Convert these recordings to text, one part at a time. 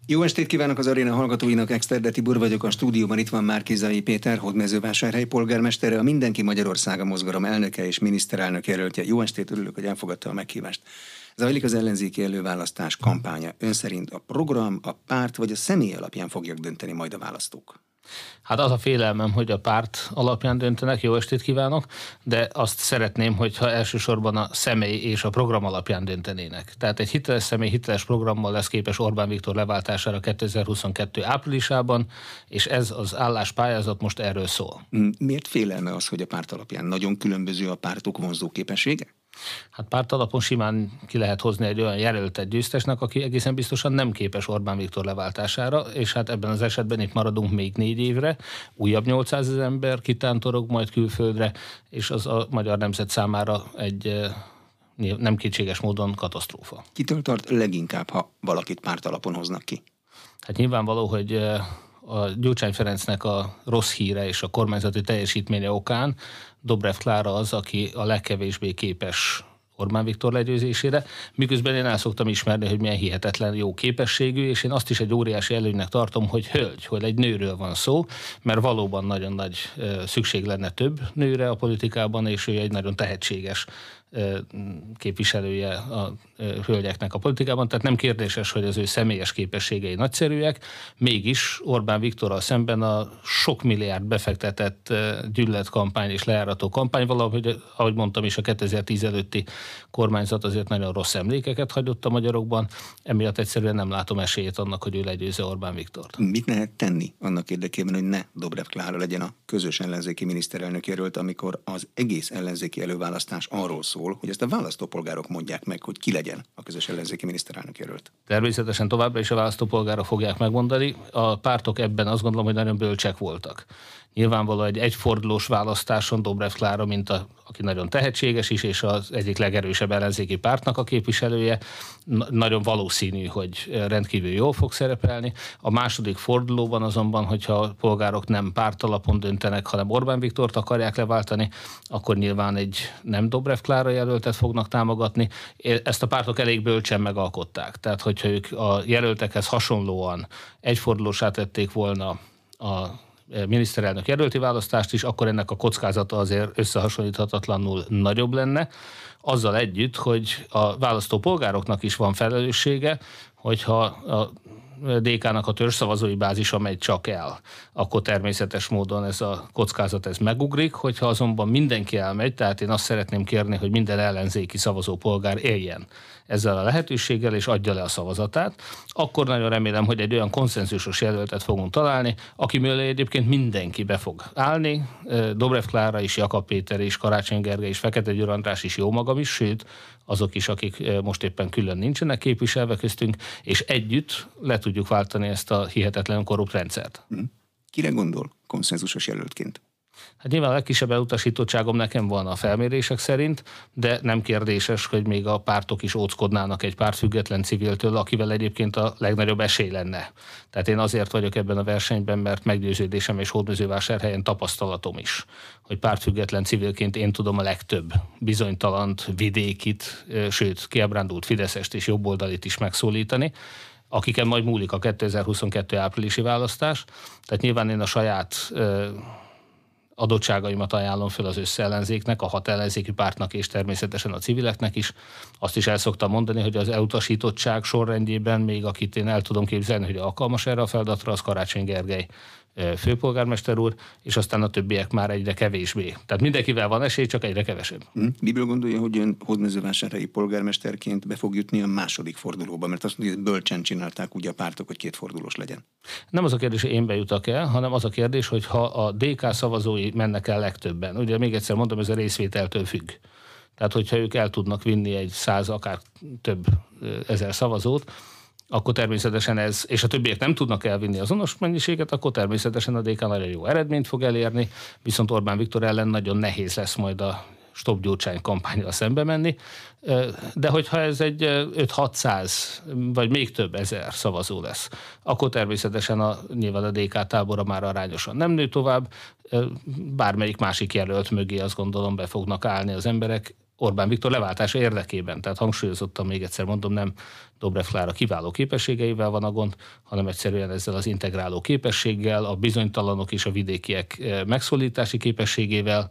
Jó estét kívánok az aréna hallgatóinak, Exterde Tibor vagyok, a stúdióban itt van Márki-Zay Péter, Hódmezővásárhely polgármestere, a Mindenki Magyarországa mozgalom elnöke és miniszterelnök jelöltje. Jó estét, örülök, hogy elfogadta a meghívást. Zajlik az ellenzéki előválasztás kampánya. Ön szerint a program, a párt vagy a személy alapján fogják dönteni majd a választók? Hát az a félelmem, hogy a párt alapján döntenek, jó estét kívánok, de azt szeretném, hogyha elsősorban a személy és a program alapján döntenének. Tehát egy hiteles személy, hiteles programmal lesz képes Orbán Viktor leváltására 2022 áprilisában, és ez az álláspályázat most erről szól. Miért félelme az, hogy a párt alapján nagyon különböző a pártok vonzó képessége? Hát párt alapon simán ki lehet hozni egy olyan jelöltet győztesnek, aki egészen biztosan nem képes Orbán Viktor leváltására, és hát ebben az esetben itt maradunk még 4 évre, újabb 800 000 ember kitántorog majd külföldre, és az a magyar nemzet számára egy nem kétséges módon katasztrófa. Kitől tart leginkább, ha valakit párt alapon hoznak ki? Hát nyilvánvaló, hogy a Gyurcsány Ferencnek a rossz híre és a kormányzati teljesítménye okán Dobrev Klára az, aki a legkevésbé képes Orbán Viktor legyőzésére, miközben én el szoktam ismerni, hogy milyen hihetetlen jó képességű, és én azt is egy óriási előnynek tartom, hogy hölgy, hogy egy nőről van szó, mert valóban nagyon nagy szükség lenne több nőre a politikában, és ő egy nagyon tehetséges képviselője a hölgyeknek a politikában, tehát nem kérdéses, hogy az ő személyes képességei nagyszerűek, mégis Orbán Viktorral szemben a sok milliárd befektetett gyűlöletkampány és lejárató kampány, valahogy, ahogy mondtam is, a 2010 előtti kormányzat azért nagyon rossz emlékeket hagyott a magyarokban, emiatt egyszerűen nem látom esélyét annak, hogy ő legyőzze Orbán Viktort. Mit lehet tenni annak érdekében, hogy ne Dobrev Klára legyen a közös ellenzéki miniszterelnök jelölt, amikor az egész ellenzéki előválasztás arról szól, hogy ezt a választópolgárok mondják meg, hogy ki legyen a közös ellenzéki miniszterelnök jelölt? Természetesen továbbra is a választópolgárok fogják megmondani. A pártok ebben azt gondolom, hogy nagyon bölcsek voltak. Nyilvánvalóan egy egyfordulós választáson Dobrev Klára, aki nagyon tehetséges is, és az egyik legerősebb ellenzéki pártnak a képviselője, nagyon valószínű, hogy rendkívül jól fog szerepelni. A második fordulóban azonban, hogyha a polgárok nem pártalapon döntenek, hanem Orbán Viktort akarják leváltani, akkor nyilván egy nem Dobrev Klára jelöltet fognak támogatni. Ezt a pártok elég bölcsen megalkották. Tehát, hogyha ők a jelöltekhez hasonlóan egyfordulósá tették volna a miniszterelnök jelölti választást is, akkor ennek a kockázata azért összehasonlíthatatlanul nagyobb lenne. Azzal együtt, hogy a választópolgároknak is van felelőssége, hogyha a DK-nak a törzsszavazói bázisa megy csak el, akkor természetes módon ez a kockázat ez megugrik, hogyha azonban mindenki elmegy, tehát én azt szeretném kérni, hogy minden ellenzéki szavazópolgár éljen ezzel a lehetőséggel, és adja le a szavazatát, akkor nagyon remélem, hogy egy olyan konszenzusos jelöltet fogunk találni, aki mellé egyébként mindenki be fog állni, Dobrev Klára is, Jakab Péter is, Karácsony Gergely is, Fekete Győr András is, jó magam is, sőt, azok is, akik most éppen külön nincsenek képviselve köztünk, és együtt le tudjuk váltani ezt a hihetetlen korrupt rendszert. Kire gondol konszenzusos jelöltként? Hát nyilván a legkisebb elutasítottságom nekem van a felmérések szerint, de nem kérdéses, hogy még a pártok is óckodnának egy pártfüggetlen civiltől, akivel egyébként a legnagyobb esély lenne. Tehát én azért vagyok ebben a versenyben, mert meggyőződésem és Hódmezővásárhelyen tapasztalatom is, hogy pártfüggetlen civilként én tudom a legtöbb bizonytalant, vidékit, sőt kiábrándult fideszest és jobboldalit is megszólítani, akiken majd múlik a 2022 áprilisi választás. Tehát nyilván én a saját adottságaimat ajánlom föl az összeellenzéknek, a 6 ellenzéki pártnak és természetesen a civileknek is. Azt is el szoktam mondani, hogy az elutasítottság sorrendjében még akit én el tudom képzelni, hogy alkalmas erre a feladatra, az Karácsony Gergely főpolgármester úr, és aztán a többiek már egyre kevésbé. Tehát mindenkivel van esély, csak egyre kevesebb. Miből gondolja, hogy ön hódmezővásárhelyi polgármesterként be fog jutni a második fordulóba? Mert azt mondja, hogy bölcsen csinálták ugye a pártok, hogy 2 fordulós legyen. Nem az a kérdés, hogy én bejutak el, hanem az a kérdés, hogy ha a DK szavazói mennek el legtöbben. Ugye még egyszer mondom, ez a részvételtől függ. Tehát, hogyha ők el tudnak vinni egy 100, akár több ezer szavazót, akkor természetesen ez, és a többiek nem tudnak elvinni azonos mennyiséget, akkor természetesen a DK nagyon jó eredményt fog elérni, viszont Orbán Viktor ellen nagyon nehéz lesz majd a Stop Gyurcsány kampányra szembe menni, de hogyha ez egy 5-600 vagy még több ezer szavazó lesz, akkor természetesen nyilván a DK tábora már arányosan nem nő tovább, bármelyik másik jelölt mögé azt gondolom be fognak állni az emberek, Orbán Viktor leváltása érdekében. Tehát hangsúlyozottan, még egyszer mondom, nem Dobrev Klára kiváló képességeivel van a gond, hanem egyszerűen ezzel az integráló képességgel, a bizonytalanok és a vidékiek megszólítási képességével.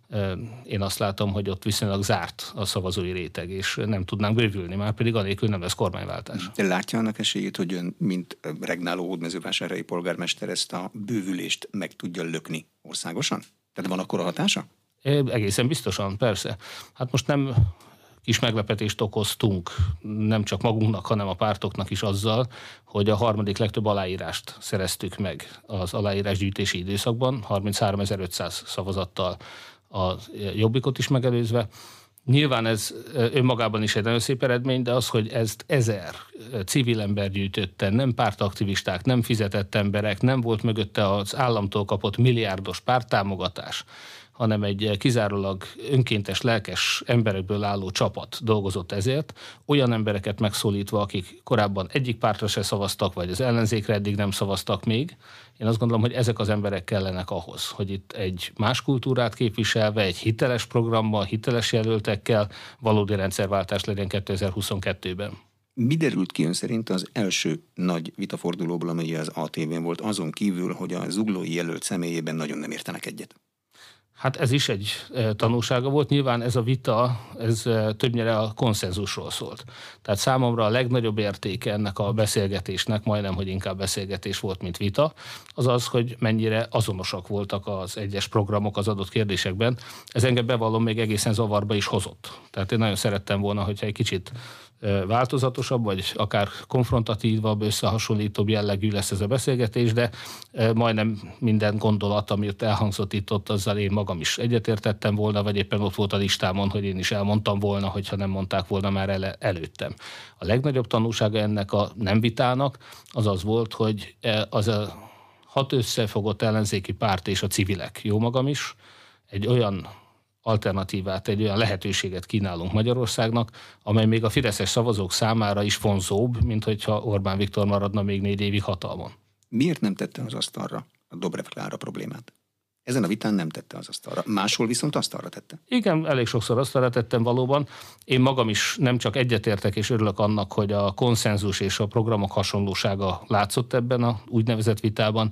Én azt látom, hogy ott viszonylag zárt a szavazói réteg, és nem tudnánk bővülni, már pedig anélkül nem lesz kormányváltás. De látja annak esélyét, hogy ön, mint regnáló hódmezővásárhelyi polgármester, ezt a bővülést meg tudja lökni országosan? Tehát van akkora hatása? Egészen biztosan, persze. Hát most nem kis meglepetést okoztunk, nem csak magunknak, hanem a pártoknak is azzal, hogy a harmadik legtöbb aláírást szereztük meg az aláírásgyűjtési időszakban, 33.500 szavazattal a Jobbikot is megelőzve. Nyilván ez önmagában is egy nagyon szép eredmény, de az, hogy ezt 1000 civil ember gyűjtötte, nem pártaktivisták, nem fizetett emberek, nem volt mögötte az államtól kapott milliárdos párttámogatás, hanem egy kizárólag önkéntes, lelkes emberekből álló csapat dolgozott ezért, olyan embereket megszólítva, akik korábban egyik pártra se szavaztak, vagy az ellenzékre eddig nem szavaztak még. Én azt gondolom, hogy ezek az emberek kellenek ahhoz, hogy itt egy más kultúrát képviselve, egy hiteles programmal, hiteles jelöltekkel valódi rendszerváltás legyen 2022-ben. Mi derült ki ön szerint az első nagy vitafordulóból, amely az ATV-n volt, azon kívül, hogy a zuglói jelölt személyében nagyon nem értenek egyet? Hát ez is egy tanulsága volt. Nyilván ez a vita, ez többnyire a konszenzusról szólt. Tehát számomra a legnagyobb értéke ennek a beszélgetésnek, majdnem, hogy inkább beszélgetés volt, mint vita, az az, hogy mennyire azonosak voltak az egyes programok az adott kérdésekben. Ez engem bevallom még egészen zavarba is hozott. Tehát én nagyon szerettem volna, hogyha egy kicsit változatosabb, vagy akár konfrontatívabb, összehasonlítóbb jellegű lesz ez a beszélgetés, de majdnem minden gondolat, amit elhangzott itt, azzal én magam is egyetértettem volna, vagy éppen ott volt a listámon, hogy én is elmondtam volna, hogyha nem mondták volna már előttem. A legnagyobb tanulsága ennek a nem vitának az az volt, hogy az a 6 összefogott ellenzéki párt és a civilek, jó magam is, egy olyan alternatívát, egy olyan lehetőséget kínálunk Magyarországnak, amely még a fideszes szavazók számára is vonzóbb, mint hogyha Orbán Viktor maradna még 4 évig hatalmon. Miért nem tette az asztalra a Dobrev Klára problémát? Ezen a vitán nem tette az asztalra. Máshol viszont asztalra tette. Igen, elég sokszor asztalra tettem valóban. Én magam is nem csak egyetértek és örülök annak, hogy a konszenzus és a programok hasonlósága látszott ebben a úgynevezett vitában,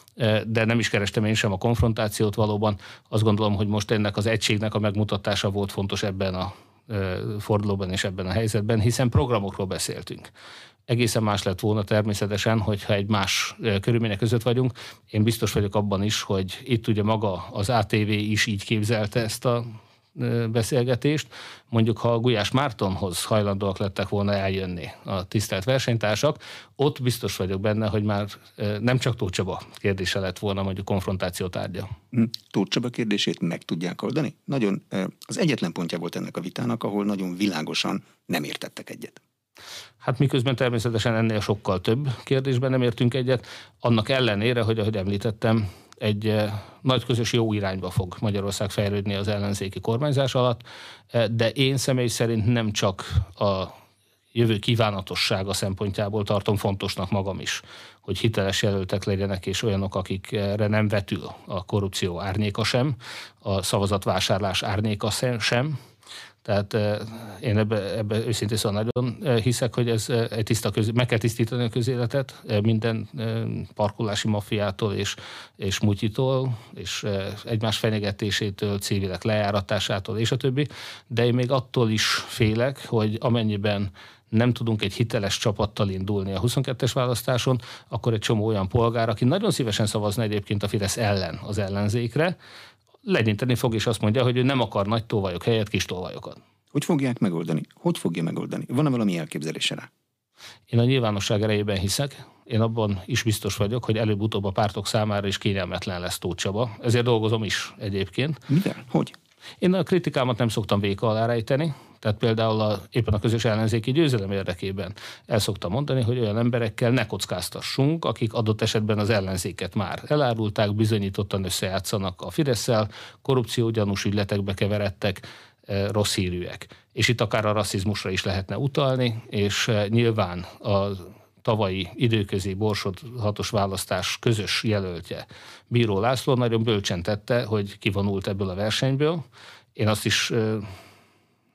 de nem is kerestem én sem a konfrontációt valóban. Azt gondolom, hogy most ennek az egységnek a megmutatása volt fontos ebben a fordulóban és ebben a helyzetben, hiszen programokról beszéltünk. Egészen más lett volna természetesen, hogyha egy más körülmények között vagyunk. Én biztos vagyok abban is, hogy itt ugye maga az ATV is így képzelte ezt a beszélgetést. Mondjuk, ha a Gulyás Mártonhoz hajlandóak lettek volna eljönni a tisztelt versenytársak, ott biztos vagyok benne, hogy már nem csak Tóth Csaba kérdése lett volna mondjuk konfrontáció tárgya. Tóth Csaba kérdését meg tudják oldani? Nagyon az egyetlen pontja volt ennek a vitának, ahol nagyon világosan nem értettek egyet. Hát miközben természetesen ennél sokkal több kérdésben nem értünk egyet, annak ellenére, hogy ahogy említettem, egy nagy közös jó irányba fog Magyarország fejlődni az ellenzéki kormányzás alatt, de én személy szerint nem csak a jövő kívánatossága szempontjából tartom fontosnak magam is, hogy hiteles jelöltek legyenek, és olyanok, akikre nem vetül a korrupció árnyéka sem, a szavazatvásárlás árnyéka sem. Tehát én ebbe őszintén szóval nagyon hiszek, hogy ez egy tiszta meg kell tisztítani a közéletet minden parkolási maffiától és mutyitól, és egymás fenyegetésétől, civilek lejáratásától és a többi. De én még attól is félek, hogy amennyiben nem tudunk egy hiteles csapattal indulni a 22-es választáson, akkor egy csomó olyan polgár, aki nagyon szívesen szavazna egyébként a Fidesz ellen az ellenzékre, legyinteni fog, és azt mondja, hogy ő nem akar nagy tolvajok helyett kis tolvajokat. Hogy fogják megoldani? Hogy fogja megoldani? Van-e valami elképzelése rá? Én a nyilvánosság erejében hiszek. Én abban is biztos vagyok, hogy előbb-utóbb a pártok számára is kényelmetlen lesz Tóth Csaba. Ezért dolgozom is egyébként. Mivel? Hogy? Én a kritikámat nem szoktam véka alá rejteni. Tehát például éppen a közös ellenzéki győzelem érdekében el szoktam mondani, hogy olyan emberekkel ne kockáztassunk, akik adott esetben az ellenzéket már elárulták, bizonyítottan összejátszanak a Fidesszel, korrupciógyanús ügyletekbe keveredtek, rossz hírűek. És itt akár a rasszizmusra is lehetne utalni, és nyilván a tavalyi időközi Borsod 6-os választás közös jelöltje, Bíró László nagyon bölcsen tette, hogy kivonult ebből a versenyből. Én azt is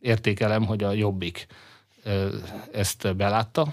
értékelem, hogy a Jobbik ezt belátta,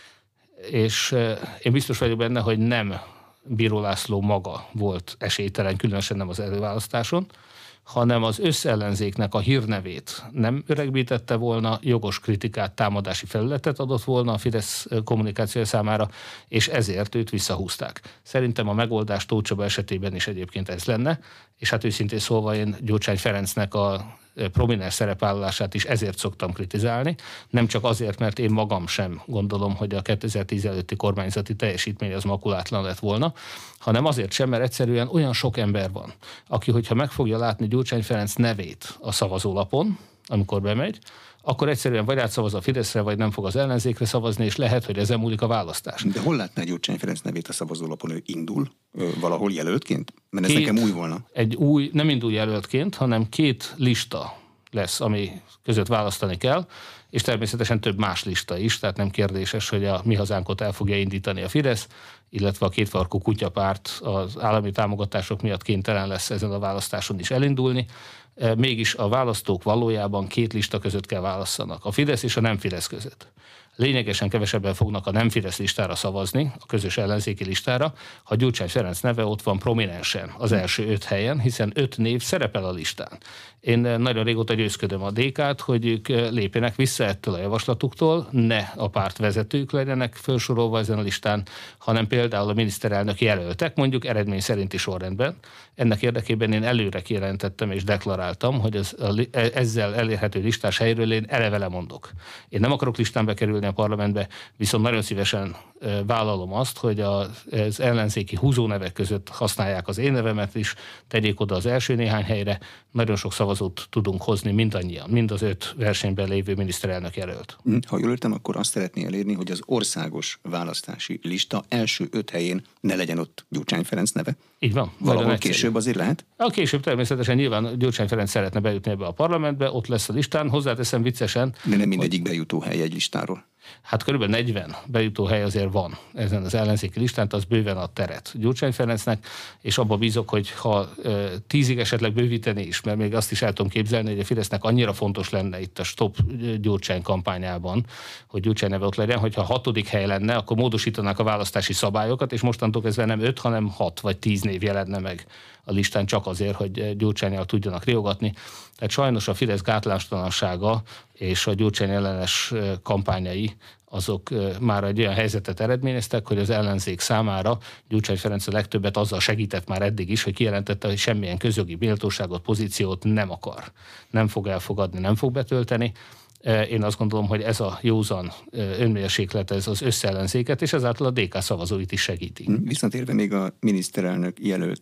és én biztos vagyok benne, hogy nem Bíró László maga volt esélytelen, különösen nem az előválasztáson, hanem az összellenzéknek a hírnevét nem öregbítette volna, jogos kritikát, támadási felületet adott volna a Fidesz kommunikációja számára, és ezért őt visszahúzták. Szerintem a megoldás Tóth Csaba esetében is egyébként ez lenne, és hát őszintén szólva én Gyurcsány Ferencnek a prominens szerepvállalását is ezért szoktam kritizálni, nem csak azért, mert én magam sem gondolom, hogy a 2010 előtti kormányzati teljesítmény az makulátlan lett volna, hanem azért sem, mert egyszerűen olyan sok ember van, aki, hogyha meg fogja látni Gyurcsány Ferenc nevét a szavazólapon, amikor bemegy, akkor egyszerűen vagy átszavaz a Fideszre, vagy nem fog az ellenzékre szavazni, és lehet, hogy ezen múlik a választás. De hol látná Gyurcsány Ferenc nevét a szavazólapon? Ő indul valahol jelöltként? Mert ez nekem új volna. Nem indul jelöltként, hanem 2 lista lesz, ami között választani kell, és természetesen több más lista is, tehát nem kérdéses, hogy a Mi Hazánkot el fogja indítani a Fidesz, illetve a Kétfarkú Kutyapárt az állami támogatások miatt kénytelen lesz ezen a választáson is elindulni. Mégis a választók valójában 2 lista között kell válasszanak, a Fidesz és a nem Fidesz között. Lényegesen kevesebben fognak a nem Fidesz listára szavazni, a közös ellenzéki listára, ha Gyurcsány Ferenc neve ott van prominensen az első 5 helyen, hiszen 5 név szerepel a listán. Én nagyon régóta győzködöm a DK-t, hogy ők lépjenek vissza ettől a javaslatuktól, ne a pártvezetők legyenek felsorolva ezen a listán, hanem például a miniszterelnök jelöltek, mondjuk eredmény szerinti sorrendben. Ennek érdekében én előre kijelentettem és deklaráltam, hogy ezzel elérhető listás helyről én eleve lemondok. Én nem akarok listán bekerülni a parlamentbe, viszont nagyon szívesen vállalom azt, hogy az ellenzéki húzónevek között használják az én nevemet is, tegyék oda az első néhány helyre, nagyon sok szavazót tudunk hozni mindannyian, mind az 5 versenyben lévő miniszterelnök jelölt. Ha jól értem, akkor azt szeretné elérni, hogy az országos választási lista első 5 helyén ne legyen ott Gyurcsány Ferenc neve? Így van. Valahol később azért lehet? Később természetesen nyilván Gyurcsány Ferenc szeretne bejutni ebbe a parlamentbe, ott lesz a listán, hozzáteszem viccesen. De nem mindegyik bejutó hely egy listáról. Hát körülbelül 40 bejutó hely azért van ezen az ellenzéki listán, az bőven ad teret Gyurcsány Ferencnek, és abba bízok, hogy ha 10-ig esetleg bővíteni is, mert még azt is el tudom képzelni, hogy a Fidesznek annyira fontos lenne itt a Stop Gyurcsány kampányában, hogy Gyurcsány neve ott legyen, hogyha 6. hely lenne, akkor módosítanák a választási szabályokat, és mostantól kezdve nem 5, hanem 6 vagy 10 név jelenne meg a listán csak azért, hogy Gyurcsánnyal tudjanak riogatni. Tehát sajnos a Fidesz gátlástalansága és a Gyurcsány ellenes kampányai azok már egy olyan helyzetet eredményeztek, hogy az ellenzék számára Gyurcsány Ferenc a legtöbbet azzal segített már eddig is, hogy kijelentette, hogy semmilyen közjogi méltóságot, pozíciót nem akar. Nem fog elfogadni, nem fog betölteni. Én azt gondolom, hogy ez a józan önmérséklet, ez az összellenzéket, és ezáltal a DK szavazóit is segíti. Viszont érve még a miniszterelnök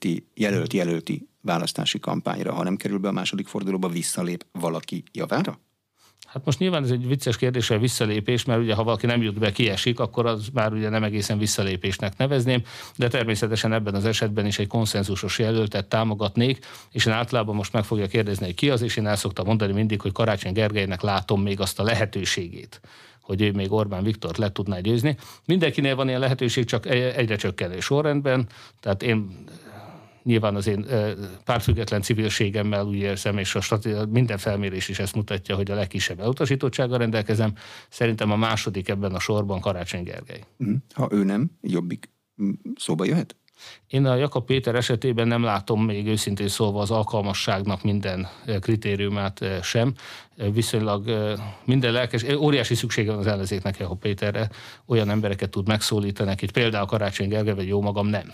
jelölti választási kampányra, ha nem kerül be a második fordulóba, visszalép valaki javára? Hát most nyilván ez egy vicces kérdés, a visszalépés, mert ugye ha valaki nem jut be, kiesik, akkor az már ugye nem egészen visszalépésnek nevezném, de természetesen ebben az esetben is egy konszenzusos jelöltet támogatnék, és én általában most meg fogja kérdezni, hogy ki az, és én el szoktam mondani mindig, hogy Karácsony Gergelynek látom még azt a lehetőségét, hogy ő még Orbán Viktort le tudná győzni. Mindenkinél van ilyen lehetőség, csak egyre csökkenő sorrendben, tehát én nyilván az én pártfüggetlen civilségemmel úgy érzem, és minden felmérés is ezt mutatja, hogy a legkisebb elutasítottsággal rendelkezem. Szerintem a második ebben a sorban Karácsony Gergely. Ha ő nem, Jobbik szóba jöhet? Én a Jakab Péter esetében nem látom még őszintén szólva az alkalmasságnak minden kritériumát sem. Viszonylag minden óriási szüksége van az ellenzéknek Jakab Péterre, olyan embereket tud megszólítani, akit például Karácsony Gergely vagy jó magam nem.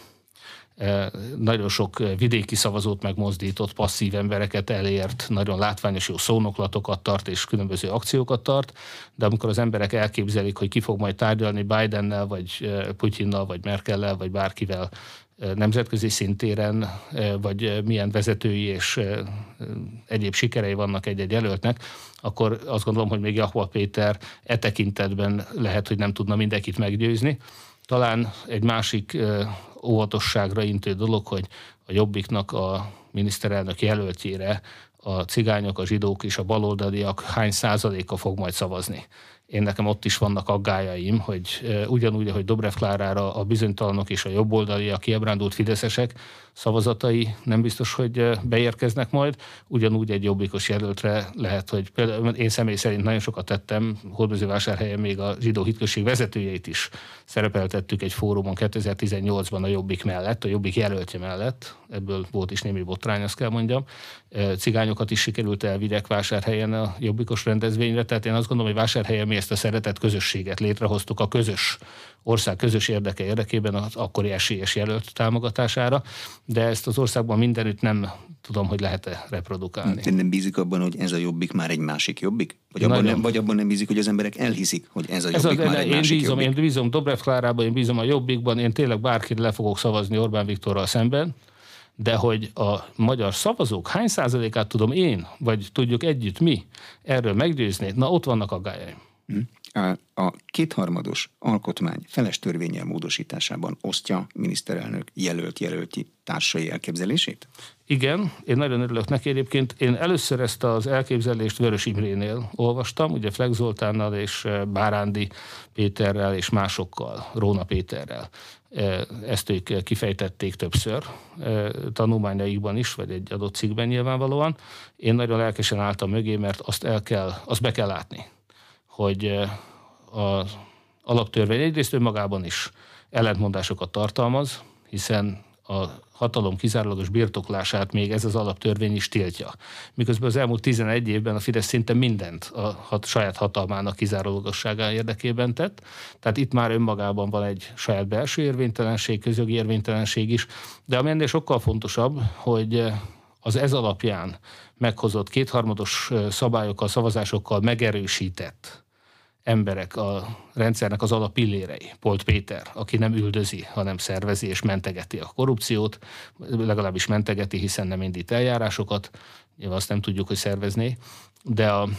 Nagyon sok vidéki szavazót megmozdított, passzív embereket elért, nagyon látványos jó szónoklatokat tart és különböző akciókat tart, de amikor az emberek elképzelik, hogy ki fog majd tárgyalni Bidennel, vagy Putyinnal, vagy Merkellel, vagy bárkivel nemzetközi szintéren, vagy milyen vezetői és egyéb sikerei vannak egy-egy jelöltnek, akkor azt gondolom, hogy még Jakab Péter tekintetben lehet, hogy nem tudna mindenkit meggyőzni. Talán egy másik óvatosságra intő dolog, hogy a Jobbiknak a miniszterelnök jelöltjére a cigányok, a zsidók és a baloldaliak hány százaléka fog majd szavazni. Én nekem ott is vannak aggájaim, hogy ugyanúgy, ahogy Dobrev Klárára a bizonytalanok és a jobboldali, a kiábrándult fideszesek szavazatai nem biztos, hogy beérkeznek majd, ugyanúgy egy jobbikos jelöltre lehet, hogy például én személy szerint nagyon sokat tettem, Hódmezővásárhelyen még a zsidó hitközség vezetőjeit is szerepeltettük egy fórumon 2018-ban a Jobbik mellett, a Jobbik jelöltje mellett, ebből volt is némi botrány, azt kell mondjam. Cigányokat is sikerült elvigyek Vásárhelyen a jobbikos rendezvényre, tehát én azt gondolom, hogy Vásárhelyen mi ezt a szeretett közösséget létrehoztuk a közös ország közös érdeke érdekében az akkori esélyes jelölt támogatására, de ezt az országban mindenütt nem tudom, hogy lehet-e reprodukálni. Te nem bízik abban, hogy ez a Jobbik már egy másik Jobbik? Vagy abban nem bízik, hogy az emberek elhiszik, hogy ez a Jobbik már egy másik Jobbik? Én bízom Dobrev Klárában, én bízom a Jobbikban, én tényleg bárkit le fogok szavazni Orbán Viktorral szemben, de hogy a magyar szavazók hány százalékát tudom én, vagy tudjuk együtt mi erről meggyőzni, na ott vannak aggályaim. A kétharmados alkotmány feles törvénnyel módosításában osztja miniszterelnök jelölti társai elképzelését? Igen, én nagyon örülök neki egyébként. Én először ezt az elképzelést Vörös Imrénél olvastam, ugye Fleck Zoltánnal és Bárándi Péterrel és másokkal, Róna Péterrel. Ezt ők kifejtették többször tanulmányaikban is, vagy egy adott cikkben nyilvánvalóan. Én nagyon lelkesen álltam mögé, mert azt be kell látni, hogy az alaptörvény egyrészt önmagában is ellentmondásokat tartalmaz, hiszen a hatalom kizárólagos birtoklását még ez az alaptörvény is tiltja. Miközben az elmúlt 11 évben a Fidesz szinte mindent a saját hatalmának kizárólagossága érdekében tett. Tehát itt már önmagában van egy saját belső érvénytelenség, közjogi érvénytelenség is, de ami ennél sokkal fontosabb, hogy az ez alapján meghozott kétharmados szabályokkal, szavazásokkal megerősített emberek a rendszernek az alapillérei. Polt Péter, aki nem üldözi, hanem szervezi és mentegeti a korrupciót, legalábbis mentegeti, hiszen nem indít eljárásokat, nyilván azt nem tudjuk, hogy szervezné, de a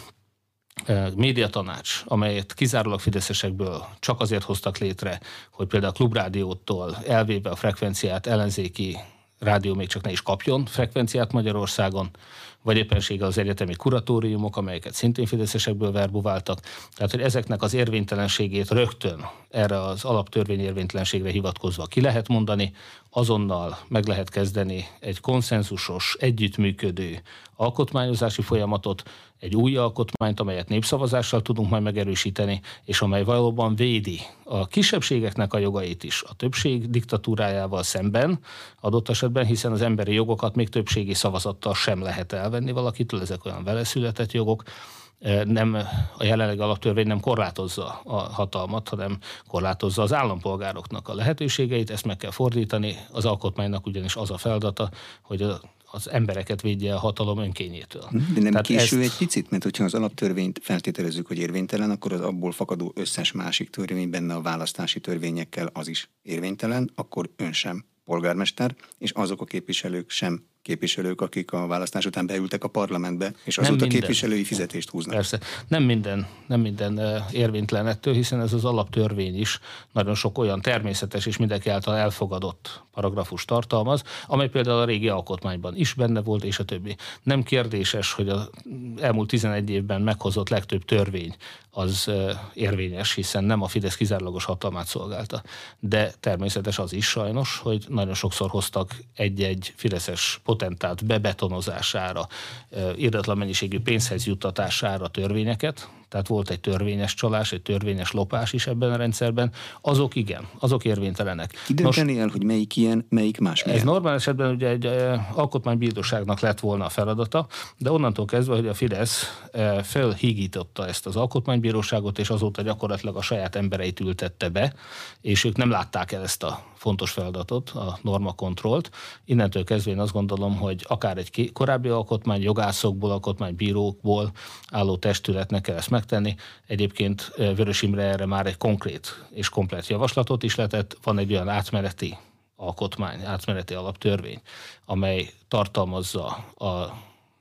médiatanács, amelyet kizárólag fideszesekből csak azért hoztak létre, hogy például a Klubrádiótól elvéve a frekvenciát ellenzéki rádió még csak ne is kapjon frekvenciát Magyarországon, vagy éppenséggel az egyetemi kuratóriumok, amelyeket szintén fideszesekből verbuváltak. Tehát, hogy ezeknek az érvénytelenségét rögtön erre az alaptörvény érvénytelenségre hivatkozva ki lehet mondani, azonnal meg lehet kezdeni egy konszenzusos, együttműködő alkotmányozási folyamatot, egy új alkotmányt, amelyet népszavazással tudunk majd megerősíteni, és amely valóban védi a kisebbségeknek a jogait is a többség diktatúrájával szemben, adott esetben, hiszen az emberi jogokat még többségi szavazattal sem lehet elvenni valakitől, ezek olyan veleszületett jogok. Nem, a jelenlegi alaptörvény nem korlátozza a hatalmat, hanem korlátozza az állampolgároknak a lehetőségeit, ezt meg kell fordítani, az alkotmánynak ugyanis az a feladata, hogy az embereket védje a hatalom önkényétől. De nem késő egy picit, mert hogyha az alaptörvényt feltételezzük, hogy érvénytelen, akkor az abból fakadó összes másik törvény, benne a választási törvényekkel az is érvénytelen, akkor ön sem polgármester, és azok a képviselők sem képviselők, akik a választás után beültek a parlamentbe, és azóta képviselői fizetést húznak. Persze. Nem minden érvénytelen ettől, hiszen ez az alaptörvény is nagyon sok olyan természetes és mindenki által elfogadott paragrafus tartalmaz, amely például a régi alkotmányban is benne volt, és a többi. Nem kérdéses, hogy az elmúlt 11 évben meghozott legtöbb törvény az érvényes, hiszen nem a Fidesz kizárólagos hatalmát szolgálta. De természetes az is sajnos, hogy nagyon sokszor hoztak egy-egy fideszes potentát bebetonozására, irdatlan mennyiségű pénzhez juttatására törvényeket, tehát volt egy törvényes csalás, egy törvényes lopás is ebben a rendszerben, azok igen, azok érvénytelenek. Ki dönteni el, hogy melyik ilyen, melyik más milyen? Ez normál esetben ugye egy alkotmánybíróságnak lett volna a feladata, de onnantól kezdve, hogy a Fidesz felhígította ezt az alkotmánybíróságot, és azóta gyakorlatilag a saját embereit ültette be, és ők nem látták el ezt a fontos feladatot, a normakontrollt. Innentől kezdve én azt gondolom, hogy akár egy korábbi alkotmány, jogászokból, alkotmánybírókból álló testületnek kell ezt megtenni. Egyébként Vörös Imre erre már egy konkrét és komplett javaslatot is letett. Van egy olyan átmeneti alkotmány, átmeneti alaptörvény, amely tartalmazza a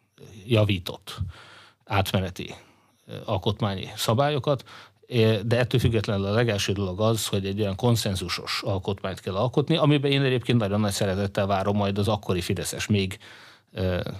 javított átmeneti alkotmányi szabályokat, de ettől függetlenül a legelső dolog az, hogy egy olyan konszenzusos alkotmányt kell alkotni, amiben én egyébként nagyon nagy szeretettel várom majd az akkori fideszes, még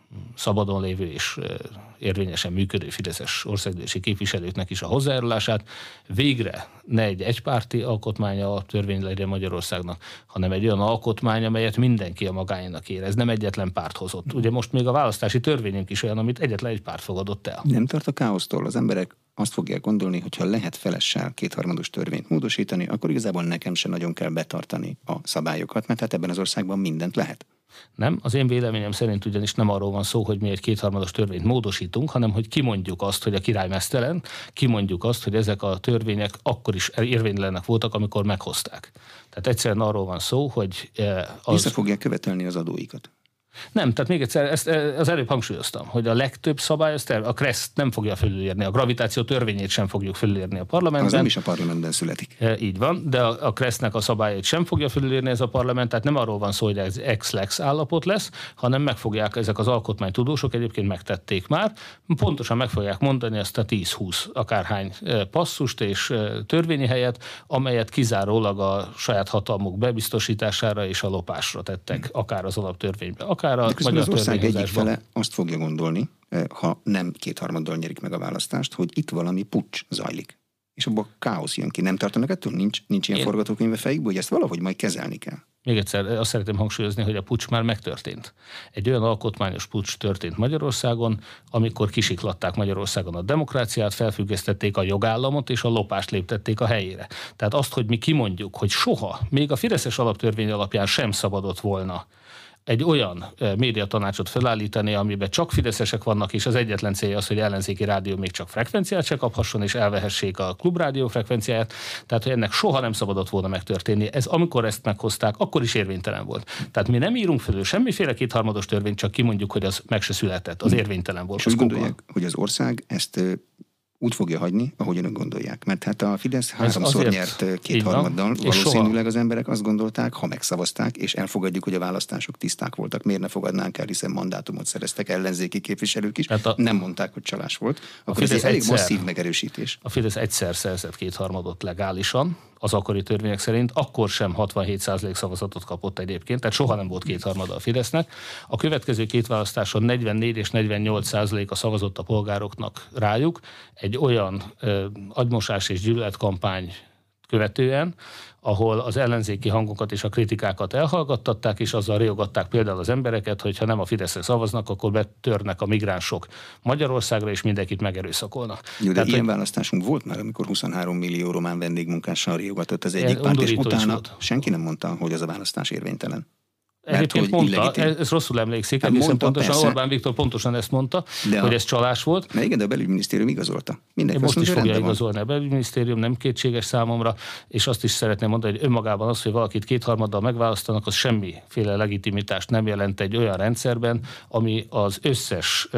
szabadon lévő és érvényesen működő fideszes országgyűlési képviselőknek is a hozzájárulását. Végre ne egy egypárti alkotmánya a törvény legyen Magyarországnak, hanem egy olyan alkotmány, amelyet mindenki a magáénak érez, nem egyetlen párt hozott. Ugye most még a választási törvényünk is olyan, amit egyetlen egy párt fogadott el. Nem tart a káosztól? Az emberek azt fogják gondolni, hogy ha lehet felessel kétharmados törvényt módosítani, akkor igazából nekem sem nagyon kell betartani a szabályokat, mert hát ebben az országban mindent lehet. Nem, az én véleményem szerint ugyanis nem arról van szó, hogy mi egy kétharmados törvényt módosítunk, hanem hogy kimondjuk azt, hogy a király meztelen, kimondjuk azt, hogy ezek a törvények akkor is érvénytelenek voltak, amikor meghozták. Tehát egyszerűen arról van szó, hogy vissza fogják követelni az adóikat. Nem, tehát még egyszer, ezt az előbb hangsúlyoztam, hogy a legtöbb szabály, a KRESZ nem fogja fölülírni, a gravitáció törvényét sem fogjuk fölülírni a parlamentben. Az nem is a parlamentben születik. Így van, de a KRESZ-nek a szabályait sem fogja fölülírni ez a parlament, tehát nem arról van szó, hogy ez ex-lex állapot lesz, hanem meg fogják ezek az alkotmánytudósok, egyébként megtették már, pontosan meg fogják mondani ezt a 10-20 akárhány passzust és törvényi helyet, amelyet kizárólag a saját hatalmuk bebiztosítására és a lopásra tettek, akár az alaptörvénybe, akár a magyar az ország egyik törvényhozásban. fele azt fogja gondolni, ha nem kétharmaddal nyerik meg a választást, hogy itt valami puccs zajlik. És abban káosz jön ki. Nem tartanak ettől? Nincs ilyen forgatókönyv a fejükből, hogy ezt valahogy majd kezelni kell. Még egyszer azt szeretném hangsúlyozni, hogy a puccs már megtörtént. Egy olyan alkotmányos puccs történt Magyarországon, amikor kisiklatták Magyarországon a demokráciát, felfüggesztették a jogállamot, és a lopást léptették a helyére. Tehát azt, hogy mi kimondjuk, hogy soha, még a fideszes alaptörvény alapján sem szabadott volna egy olyan médiatanácsot felállítani, amiben csak fideszesek vannak, és az egyetlen célja az, hogy ellenzéki rádió még csak frekvenciát se kaphasson, és elvehessék a klubrádió frekvenciáját. Tehát, hogy ennek soha nem szabadott volna megtörténni. Amikor ezt meghozták, akkor is érvénytelen volt. Tehát mi nem írunk felül semmiféle kétharmados törvényt, csak kimondjuk, hogy az meg se született. Az érvénytelen volt. És azt gondolják, hogy az ország ezt úgy fogja hagyni, ahogy önök gondolják. Mert hát a Fidesz háromszor nyert kétharmaddal. Valószínűleg az emberek azt gondolták, ha megszavazták, és elfogadjuk, hogy a választások tiszták voltak. Miért ne fogadnánk el, hiszen mandátumot szereztek ellenzéki képviselők is. Nem mondták, hogy csalás volt. Akkor ez egy elég masszív megerősítés. A Fidesz egyszer szerzett kétharmadot legálisan, az akkori törvények szerint, akkor sem 67% szavazatot kapott egyébként, tehát soha nem volt kétharmada a Fidesznek. A következő két választáson 44 és 48% a szavazott a polgároknak rájuk, egy olyan agymosás és gyűlöletkampány követően, ahol az ellenzéki hangokat és a kritikákat elhallgattatták, és azzal riogatták például az embereket, hogy ha nem a Fideszre szavaznak, akkor betörnek a migránsok Magyarországra, és mindenkit megerőszakolnak. Jó, de tehát, ilyen választásunk volt már, amikor 23 millió román vendégmunkással riogatott az egyik párt, és utána senki nem mondta, hogy az a választás érvénytelen. Egyébként mondta, ez rosszul emlékszik, hát mondta, pontosan persze. Orbán Viktor pontosan ezt mondta, hogy ez csalás volt. Na igen, de a belügyminisztérium igazolta. Most is fogja igazolni a belügyminisztérium, nem kétséges számomra, és azt is szeretném mondani, hogy önmagában az, hogy valakit kétharmaddal megválasztanak, az semmiféle legitimitást nem jelent egy olyan rendszerben, ami az összes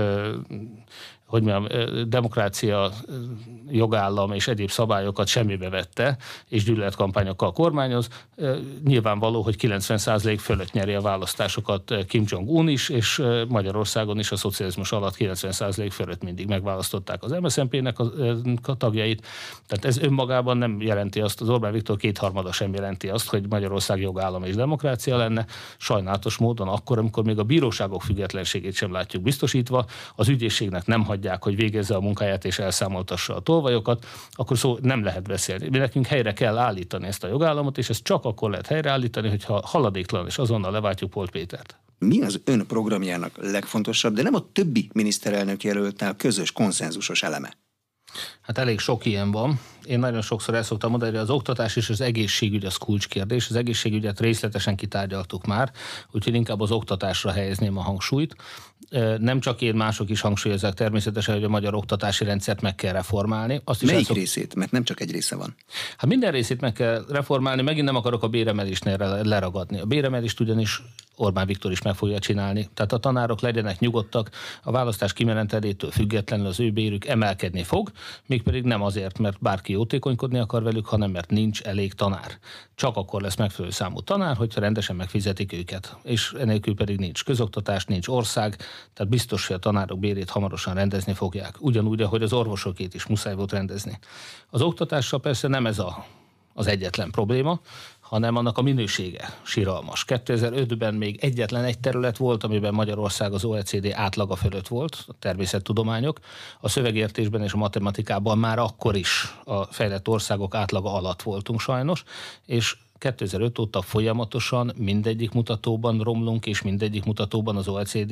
demokrácia, jogállam és egyéb szabályokat semmibe vette, és gyűlöletkampányokkal kormányoz. Nyilvánvaló, hogy 90% fölött nyeri a választásokat Kim Jong-un is, és Magyarországon is a szocializmus alatt 90% fölött mindig megválasztották az MSZNP-nek a tagjait. Tehát ez önmagában nem jelenti azt, az Orbán Viktor kétharmada sem jelenti azt, hogy Magyarország jogállam és demokrácia lenne. Sajnálatos módon akkor, amikor még a bíróságok függetlenségét sem látjuk biztosítva, az ügyészségnek nem hagyják, hogy végezze a munkáját és elszámoltassa a tolvajokat, akkor szó nem lehet beszélni. Mi nekünk helyre kell állítani ezt a jogállamot, és ezt csak akkor lehet helyreállítani, hogyha haladéktalan és azonnal leváltjuk Polt Pétert. Mi az ön programjának legfontosabb, de nem a többi miniszterelnök jelölttel közös konszenzusos eleme? Hát elég sok ilyen van. Én nagyon sokszor el szoktam mondani, hogy az oktatás és az egészségügy az kulcskérdés. Az egészségügyet részletesen kitárgyaltuk már, úgyhogy inkább az oktatásra helyezném a hangsúlyt. Nem csak én, mások is hangsúlyozzák természetesen, hogy a magyar oktatási rendszert meg kell reformálni. Melyik részét? Mert nem csak egy része van. Hát minden részét meg kell reformálni, megint nem akarok a béremelésnél leragadni. A béremelést ugyanis Orbán Viktor is meg fogja csinálni. Tehát a tanárok legyenek nyugodtak, a választás kimenetelétől függetlenül az ő bérük emelkedni fog, mégpedig nem azért, mert bárki jótékonykodni akar velük, hanem mert nincs elég tanár. Csak akkor lesz megfelelő számú tanár, hogyha rendesen megfizetik őket. És enélkül pedig nincs közoktatás, nincs ország, tehát biztos, hogy a tanárok bérét hamarosan rendezni fogják. Ugyanúgy, ahogy az orvosokét is muszáj volt rendezni. Az oktatással persze nem ez az egyetlen probléma, hanem annak a minősége siralmas. 2005-ben még egyetlen egy terület volt, amiben Magyarország az OECD átlaga fölött volt, a természettudományok. A szövegértésben és a matematikában már akkor is a fejlett országok átlaga alatt voltunk sajnos, és 2005 óta folyamatosan mindegyik mutatóban romlunk, és mindegyik mutatóban az OECD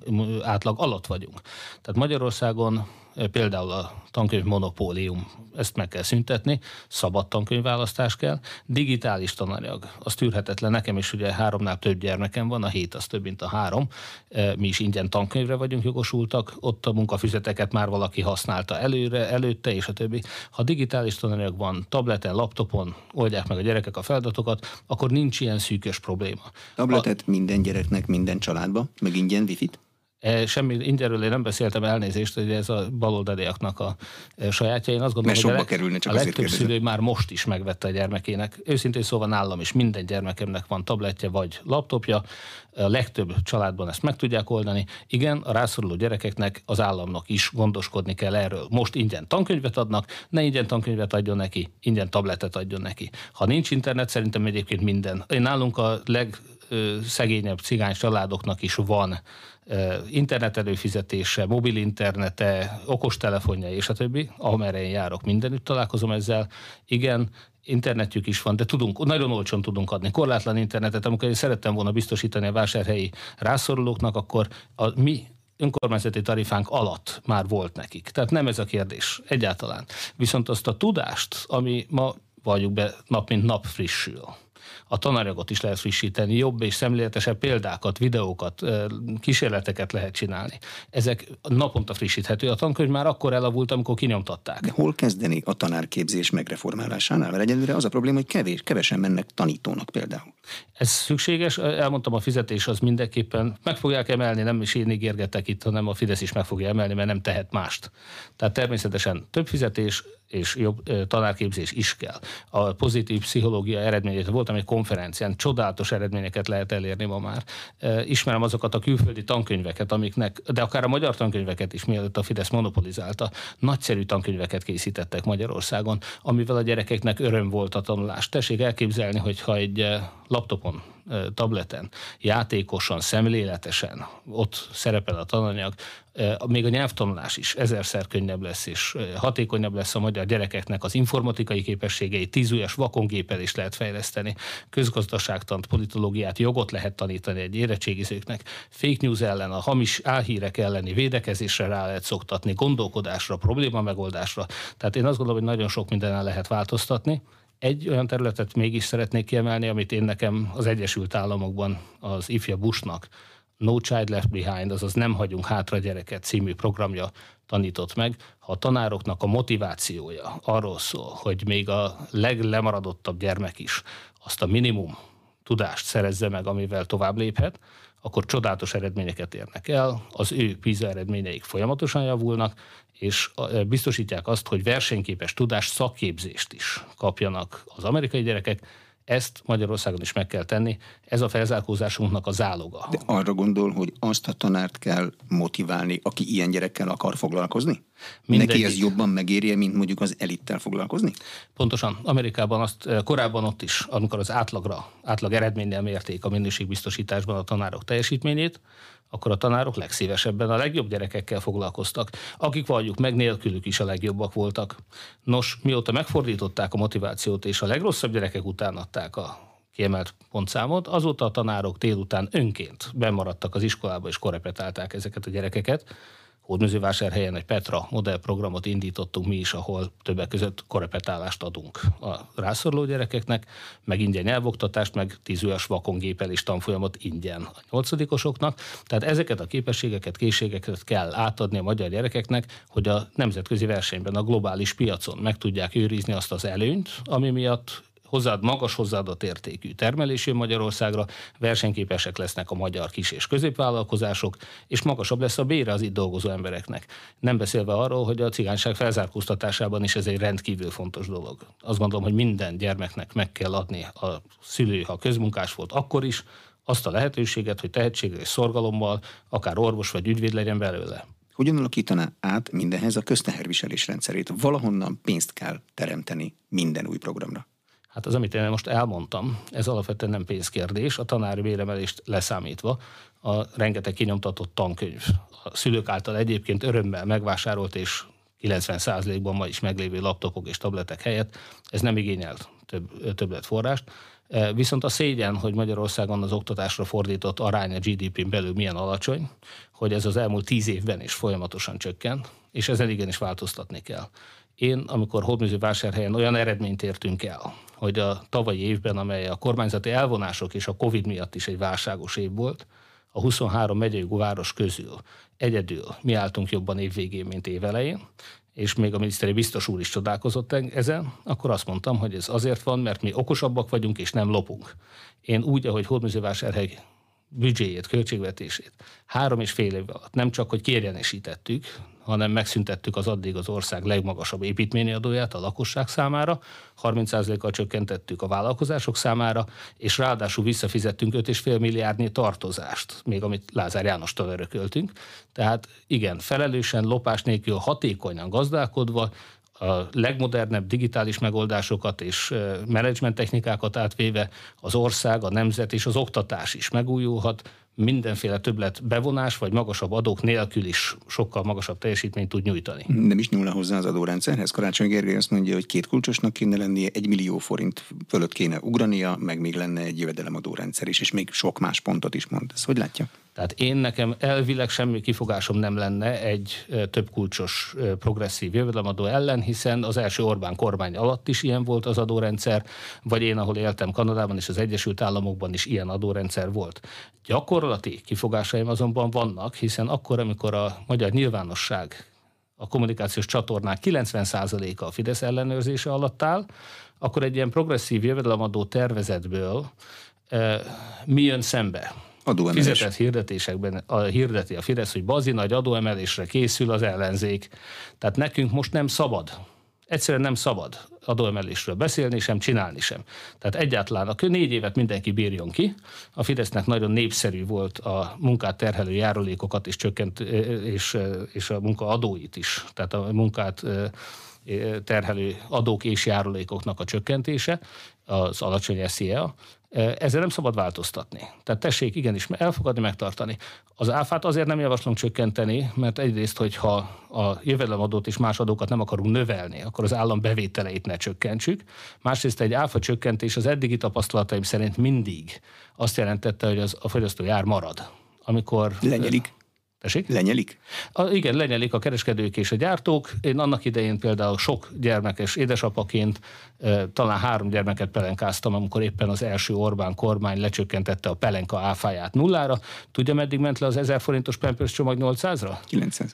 átlag alatt vagyunk. Tehát Magyarországon például a tankönyv monopólium, ezt meg kell szüntetni, szabad tankönyvválasztás kell, digitális tananyag, az tűrhetetlen, nekem is ugye 3-nál több gyermekem van, a 7 az több, mint a 3, mi is ingyen tankönyvre vagyunk jogosultak, ott a munkafüzeteket már valaki használta előtte, és a többi. Ha digitális tananyag van, tableten, laptopon, oldják meg a gyerekek a feladatokat, akkor nincs ilyen szűkös probléma. Tabletet minden gyereknek, minden családba, meg ingyen wifi-t? Semmi ingyenről én nem beszéltem, elnézést, hogy ez a baloldaliaknak a sajátja. Én azt gondolom, hogy a legtöbb szülő már most is megvette a gyermekének. Őszintén szóval nálam is minden gyermekemnek van tabletje vagy laptopja. A legtöbb családban ezt meg tudják oldani. Igen, a rászoruló gyerekeknek az államnak is gondoskodni kell erről. Most ingyen tankönyvet adnak, ne ingyen tankönyvet adjon neki, ingyen tabletet adjon neki. Ha nincs internet, szerintem egyébként minden. Nálunk a legszegényebb cigány családoknak is van internet előfizetése, mobil internete, okostelefonja és a többi, amerre én járok, mindenütt találkozom ezzel. Igen, internetjük is van, de nagyon olcsón tudunk adni korlátlan internetet. Amikor én szerettem volna biztosítani a vásárhelyi rászorulóknak, akkor a mi önkormányzati tarifánk alatt már volt nekik. Tehát nem ez a kérdés egyáltalán. Viszont azt a tudást, ami ma valljuk be nap mint nap frissül, a tananyagot is lehet frissíteni, jobb és szemléletesebb példákat, videókat, kísérleteket lehet csinálni. Ezek naponta frissíthető. A tankönyv már akkor elavult, amikor kinyomtatták. De hol kezdeni a tanárképzés megreformálásánál? Mert egyelőre az a probléma, hogy kevesen mennek tanítónak például. Ez szükséges, elmondtam, a fizetés az mindenképpen meg fogják emelni, nem is én ígérgetek itt, hanem a Fidesz is meg fogja emelni, mert nem tehet mást. Tehát természetesen több fizetés és jobb tanárképzés is kell. A pozitív pszichológia eredményét, voltam egy konferencián, csodálatos eredményeket lehet elérni ma már. Ismerem azokat a külföldi tankönyveket, de akár a magyar tankönyveket is, mielőtt a Fidesz monopolizálta, nagyszerű tankönyveket készítettek Magyarországon, amivel a gyerekeknek öröm volt a tanulás. Tessék elképzelni, hogyha egy laptopon, tableten, játékosan, szemléletesen ott szerepel a tananyag, még a nyelvtanulás is 1000-szer könnyebb lesz, és hatékonyabb lesz a magyar gyerekeknek az informatikai képességeit, 10 ujjas vakongéppel is lehet fejleszteni, közgazdaságtant, politológiát, jogot lehet tanítani egy érettségizőknek, fake news ellen, a hamis álhírek elleni védekezésre rá lehet szoktatni, gondolkodásra, probléma megoldásra. Tehát én azt gondolom, hogy nagyon sok mindenen lehet változtatni. Egy olyan területet mégis szeretnék kiemelni, amit én nekem az Egyesült Államokban az ifja Bushnak No Child Left Behind, azaz Nem hagyunk hátra gyereket című programja tanított meg. Ha a tanároknak a motivációja arról szól, hogy még a leglemaradottabb gyermek is azt a minimum tudást szerezze meg, amivel tovább léphet, akkor csodálatos eredményeket érnek el, az ő PISA eredményeik folyamatosan javulnak, és biztosítják azt, hogy versenyképes tudást, szakképzést is kapjanak az amerikai gyerekek. Ezt Magyarországon is meg kell tenni, ez a felzárkózásunknak a záloga. De arra gondol, hogy azt a tanárt kell motiválni, aki ilyen gyerekkel akar foglalkozni? Neki ez jobban megérje, mint mondjuk az elittel foglalkozni? Pontosan. Amerikában azt korábban ott is, amikor az átlag eredménnyel mérték a minőségbiztosításban a tanárok teljesítményét, akkor a tanárok legszívesebben a legjobb gyerekekkel foglalkoztak, akik valljuk meg, nélkülük is a legjobbak voltak. Nos, mióta megfordították a motivációt, és a legrosszabb gyerekek után adták a kiemelt pontszámot, azóta a tanárok délután önként bemaradtak az iskolába, és korepetálták ezeket a gyerekeket. Hódmezővásárhelyen egy Petra modellprogramot indítottunk mi is, ahol többek között korepetálást adunk a rászoruló gyerekeknek, meg ingyen nyelvoktatást, meg 10 ujjas vakongéppel és tanfolyamot ingyen a 8-osoknak. Tehát ezeket a képességeket, készségeket kell átadni a magyar gyerekeknek, hogy a nemzetközi versenyben, a globális piacon meg tudják őrizni azt az előnyt, ami miatt magas hozzáadott értékű termelés jön Magyarországra, versenyképesek lesznek a magyar kis- és középvállalkozások, és magasabb lesz a bére az itt dolgozó embereknek. Nem beszélve arról, hogy a cigányság felzárkóztatásában is ez egy rendkívül fontos dolog. Azt gondolom, hogy minden gyermeknek meg kell adni a szülő, ha közmunkás volt, akkor is azt a lehetőséget, hogy tehetséggel és szorgalommal akár orvos vagy ügyvéd legyen belőle. Hogyan alakítaná át mindenhez a közteherviselés rendszerét? Valahonnan pénzt kell teremteni minden új programra. Hát az, amit én most elmondtam, ez alapvetően nem pénzkérdés, a tanári béremelést leszámítva a rengeteg kinyomtatott tankönyv, a szülők által egyébként örömmel megvásárolt és 90%-ban ma is meglévő laptopok és tabletek helyett, ez nem igényelt többletforrást. Viszont a szégyen, hogy Magyarországon az oktatásra fordított arány a GDP-n belül milyen alacsony, hogy ez az elmúlt 10 évben is folyamatosan csökken, és ezen igenis változtatni kell. Én, amikor Hódmezővásárhelyen olyan eredményt értünk el, hogy a tavalyi évben, amely a kormányzati elvonások és a Covid miatt is egy válságos év volt, a 23 megyei város közül egyedül mi álltunk jobban évvégén, mint évelején, és még a miniszteri biztos úr is csodálkozott ezen, akkor azt mondtam, hogy ez azért van, mert mi okosabbak vagyunk, és nem lopunk. Én úgy, ahogy Hódmezővásárhely büdzséjét, költségvetését 3,5 év alatt nem csak, hogy kiegyenesítettük, hanem megszüntettük az addig az ország legmagasabb építményi adóját a lakosság számára, 30%-kal csökkentettük a vállalkozások számára, és ráadásul visszafizettünk 5,5 milliárdnyi tartozást, még amit Lázár Jánostól örököltünk. Tehát igen, felelősen, lopás nélkül, hatékonyan gazdálkodva, a legmodernebb digitális megoldásokat és menedzsment technikákat átvéve az ország, a nemzet és az oktatás is megújulhat, mindenféle többlet bevonás vagy magasabb adók nélkül is sokkal magasabb teljesítményt tud nyújtani. Nem is nyúlna hozzá az adórendszerhez. Karácsony Gergely azt mondja, hogy 2 kulcsosnak kéne lennie, 1 millió forint fölött kéne ugrania, meg még lenne egy jövedelemadórendszer is, és még sok más pontot is mond. Ezt hogy látja? Tehát nekem elvileg semmi kifogásom nem lenne egy több kulcsos progresszív jövedelemadó ellen, hiszen az első Orbán kormány alatt is ilyen volt az adórendszer, vagy én, ahol éltem Kanadában és az Egyesült Államokban is ilyen adórendszer volt. Gyakorlati kifogásaim azonban vannak, hiszen akkor, amikor a magyar nyilvánosság, a kommunikációs csatornák 90%-a a Fidesz ellenőrzése alatt áll, akkor egy ilyen progresszív jövedelemadó tervezetből mi jön szembe? Fizetett hirdetésekben hirdeti a Fidesz, hogy bazi nagy adóemelésre készül az ellenzék. Tehát nekünk most nem szabad. Egyszerűen nem szabad adóemelésről beszélni sem, csinálni sem. Tehát egyáltalán a 4 évet mindenki bírjon ki. A Fidesznek nagyon népszerű volt a munkát terhelő járulékokat is csökkent, és a munkaadóit is. Tehát a munkát terhelő adók és járulékoknak a csökkentése, az alacsony SZIA. Ezzel nem szabad változtatni. Tehát tessék igenis elfogadni, megtartani. Az áfát azért nem javaslom csökkenteni, mert egyrészt, hogyha a jövedelemadót és más adókat nem akarunk növelni, akkor az állam bevételeit ne csökkentsük. Másrészt egy áfa csökkentés az eddigi tapasztalataim szerint mindig azt jelentette, hogy a fogyasztói ár marad. Amikor lenyelik. Tessék? Lenyelik? Igen, lenyelik a kereskedők és a gyártók. Én annak idején például sok gyermekes édesapaként talán 3 gyermeket pelenkáztam, amikor éppen az első Orbán kormány lecsökkentette a pelenka áfáját 0-ra. Tudja, meddig ment le az 1000 forintos Pampers csomag 800-ra? 900.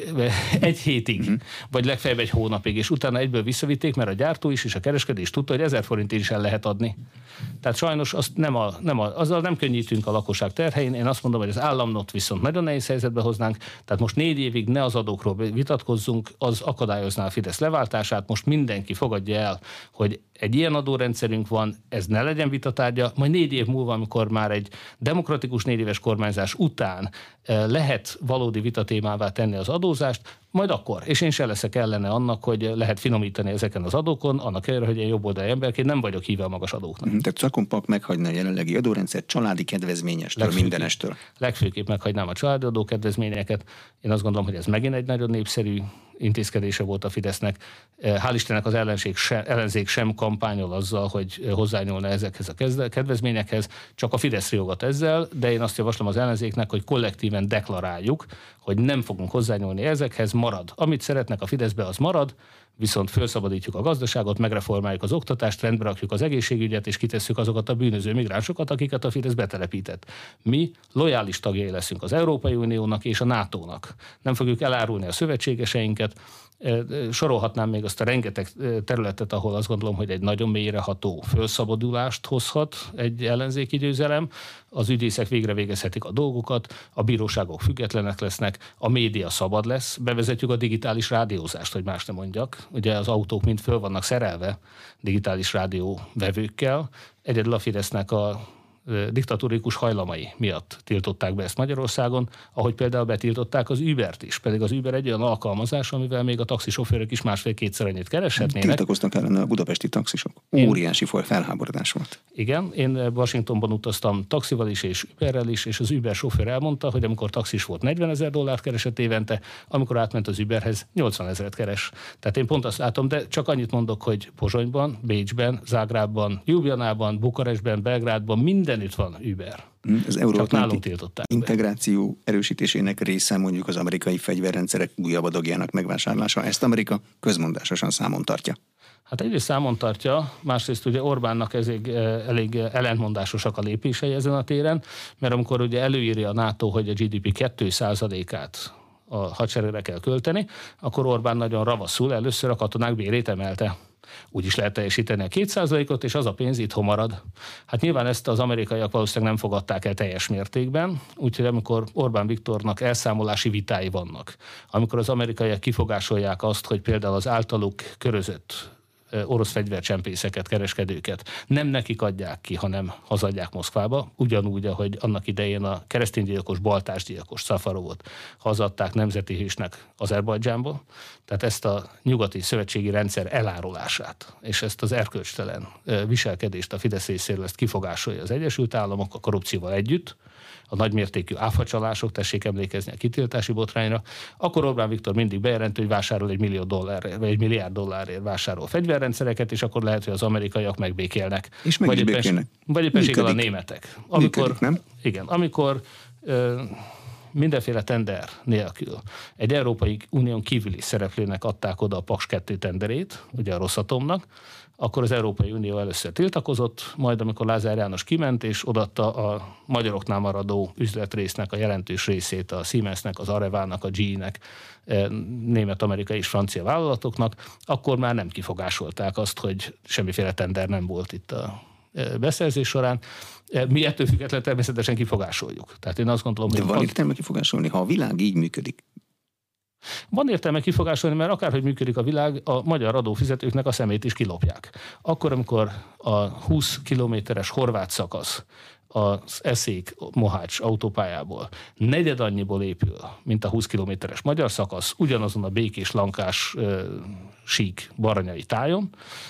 Egy hétig, vagy legfeljebb egy hónapig, és utána egyből visszavitték, mert a gyártó is és a kereskedő is tudta, hogy 1000 forintért is el lehet adni. Tehát sajnos azt azzal nem könnyítünk a lakosság terhein. Én azt mondom, hogy az államot viszont nagyon nehéz helyzetbe hoznánk. Tehát most 4 évig ne az adókról vitatkozzunk, az akadályozná a Fidesz leváltását. Most mindenki fogadja el, hogy egy ilyen adórendszerünk van, ez ne legyen vitatárgya, majd 4 év múlva, amikor már egy demokratikus 4 éves kormányzás után lehet valódi vitatémává tenni az adózást, majd akkor. És én se leszek ellene annak, hogy lehet finomítani ezeken az adókon, annak ellenére, hogy én jobboldali emberként nem vagyok híve a magas adóknak. Tehát Szakompak meghagyna a jelenlegi adórendszer családi kedvezményestől, mindenestől. Legfőképp meghagynám a családi adókedvezményeket. Én azt gondolom, hogy ez megint egy nagyon népszerű intézkedése volt a Fidesznek. Hál' Istennek az ellenzék sem kampányol azzal, hogy hozzányúlna ezekhez a kedvezményekhez, csak a Fidesz riogat ezzel, de én azt javaslom az ellenzéknek, hogy kollektíven deklaráljuk, hogy nem fogunk hozzányúlni ezekhez, marad. Amit szeretnek a Fideszbe, az marad, viszont felszabadítjuk a gazdaságot, megreformáljuk az oktatást, rendbe rakjuk az egészségügyet, és kitesszük azokat a bűnöző migránsokat, akiket a Fidesz betelepített. Mi lojális tagjai leszünk az Európai Uniónak és a NATO-nak. Nem fogjuk elárulni a szövetségeseinket. Sorolhatnám még azt a rengeteg területet, ahol azt gondolom, hogy egy nagyon mélyreható felszabadulást hozhat egy ellenzéki győzelem. Az ügyészek végre végezhetik a dolgokat, a bíróságok függetlenek lesznek, a média szabad lesz, bevezetjük a digitális rádiózást, hogy más nem mondjak. Ugye az autók mind föl vannak szerelve digitális rádióvevőkkel. Egyedül a Fidesznek a diktatórikus hajlamai miatt tiltották be ezt Magyarországon, ahogy például betiltották az Ubert is, pedig az Uber egy olyan alkalmazás, amivel még a taxisofőrök is másfél-kétszer ennyit kereshetnének. Tiltakoztak ellene a budapesti taxisok. Óriási felháborodás volt. Igen, én Washingtonban utaztam taxival is és Uberrel is, és az Uber sofőr elmondta, hogy amikor taxis volt $40,000 keresett évente, amikor átment az Uberhez 80,000 keres. Tehát én pont azt látom, de csak annyit mondok, hogy Pozsonyban, Bécsben, Zágrábban, Ljubljanában, Bukarestben, Belgrádban mindenütt van Uber. Az európai integráció erősítésének része mondjuk az amerikai fegyverrendszerek újabb adagjának megvásárlása. Ezt Amerika közmondásosan számon tartja. Hát egyrészt számon tartja, másrészt ugye Orbánnak elég ellentmondásosak a lépései ezen a téren, mert amikor ugye előírja a NATO, hogy a GDP 2%-át a hadseregre kell költeni, akkor Orbán nagyon ravaszul először a katonák bérét emelte. Úgy is lehet teljesíteni a 2%-ot, és az a pénz itthon marad. Hát nyilván ezt az amerikaiak valószínűleg nem fogadták el teljes mértékben, úgyhogy amikor Orbán Viktornak elszámolási vitái vannak, amikor az amerikaiak kifogásolják azt, hogy például az általuk körözött orosz fegyvercsempészeket, kereskedőket nem nekik adják ki, hanem hazadják Moszkvába, ugyanúgy, ahogy annak idején a kereszténygyilkos, baltásgyilkos Szafarovot hazadták nemzeti hősnek Azerbajdzsánból. Tehát ezt a nyugati szövetségi rendszer elárulását, és ezt az erkölcstelen viselkedést a Fidesz részéről ezt kifogásolja az Egyesült Államok a korrupcióval együtt, a nagymértékű áfacsalások, tessék emlékezni a kitiltási botrányra, akkor Orbán Viktor mindig bejelenti, hogy vásárol $1 millió vagy $1 milliárd vásárol fegyverrendszereket, és akkor lehet, hogy az amerikaiak megbékélnek. És megbékélnek. Vagy éppenséggel a németek. Amikor mindenféle tender nélkül egy Európai Unión kívüli szereplőnek adták oda a Paks 2 tenderét, ugye a Rosszatomnak, akkor az Európai Unió először tiltakozott, majd amikor Lázár János kiment, és odaadta a magyaroknál maradó üzletrésznek a jelentős részét a Siemensnek, az Arevának, a GE-nek, német, amerikai és francia vállalatoknak, akkor már nem kifogásolták azt, hogy semmiféle tender nem volt itt a beszerzés során. Mi ettől függetlenül természetesen kifogásoljuk. Tehát én azt gondolom, de van értelme kifogásolni, ha a világ így működik? Van értelme kifogásolni, mert akárhogy működik a világ, a magyar adófizetőknek a szemét is kilopják. Akkor, amikor a 20 kilométeres horvát szakasz az Eszék-Mohács autópályából negyed annyiból épül, mint a 20 kilométeres magyar szakasz, ugyanazon a békés-lankás sík baranyai tájon,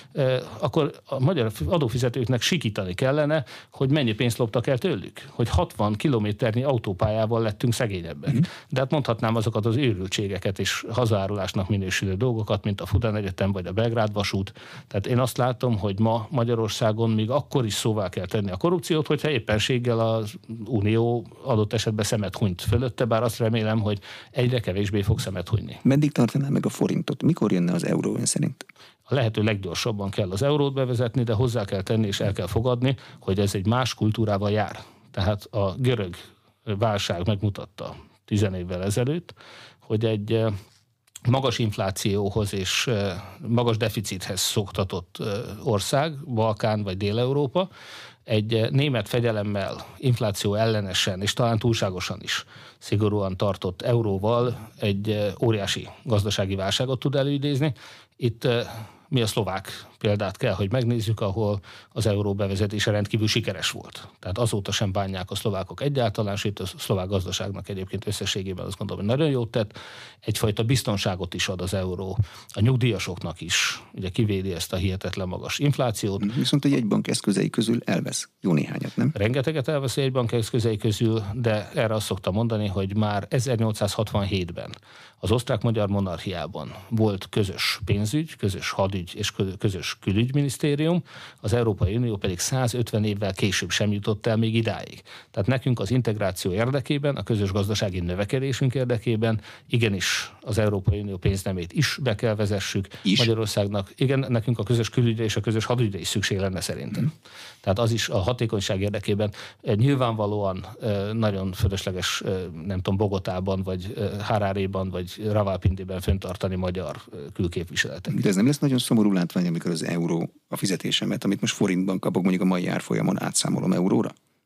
akkor a magyar adófizetőknek sikítani kellene, hogy mennyi pénzt loptak el tőlük. Hogy 60 kilométernyi autópályával lettünk szegényebbek. De hát mondhatnám azokat az őrültségeket és hazárulásnak minősülő dolgokat, mint a Fudan Egyetem vagy a Belgrád vasút. Tehát én azt látom, hogy ma Magyarországon még akkor is szóvá kell tenni a korrupciót, hogyha éppenséggel az Unió adott esetben szemet hunyt fölötte, bár azt remélem, hogy egyre kevésbé fog szemet hunyni. Meddig tartaná meg a forintot? Mikor jönne az euró ön szerint? A lehető leggyorsabban kell az eurót bevezetni, de hozzá kell tenni és el kell fogadni, hogy ez egy más kultúrával jár. Tehát a görög válság megmutatta 10 évvel ezelőtt, hogy egy magas inflációhoz és magas deficithez szoktatott ország, Balkán vagy Dél-Európa, egy német fegyelemmel, infláció ellenesen és talán túlságosan is szigorúan tartott euróval egy óriási gazdasági válságot tud előidézni. Itt mi a szlovák példát kell, hogy megnézzük, ahol az euró bevezetése rendkívül sikeres volt. Tehát azóta sem bánják a szlovákok egyáltalán, sőt a szlovák gazdaságnak egyébként összességében azt gondolom, hogy nagyon jót tett. Egyfajta biztonságot is ad az euró. A nyugdíjasoknak is ugye kivédi ezt a hihetetlen magas inflációt. Viszont a jegybank eszközei közül elvesz jó néhányat, nem? Rengeteget elvesz a jegybank eszközei közül, de erre azt szoktam mondani, hogy már 1867-ben az osztrák-magyar monarchiában volt közös pénzügy, közös hadügy és közös külügyminisztérium, az Európai Unió pedig 150 évvel később sem jutott el még idáig. Tehát nekünk az integráció érdekében, a közös gazdasági növekedésünk érdekében igenis az Európai Unió pénznemét is be kell vezessük. Magyarországnak, igen, nekünk a közös külügyre és a közös hadügyre is szükség lenne szerintem. Tehát az is a hatékonyság érdekében nyilvánvalóan nagyon fölösleges, nem tudom, Bogotában, vagy Haráréban, vagy Rawalpindiben fenntartani magyar külképviseletek. De ez nem lesz nagyon szomorú látvány, amikor az euró a fizetésemet, amit most forintban kapok, mondjuk a mai árfolyamon átszámolom euróra?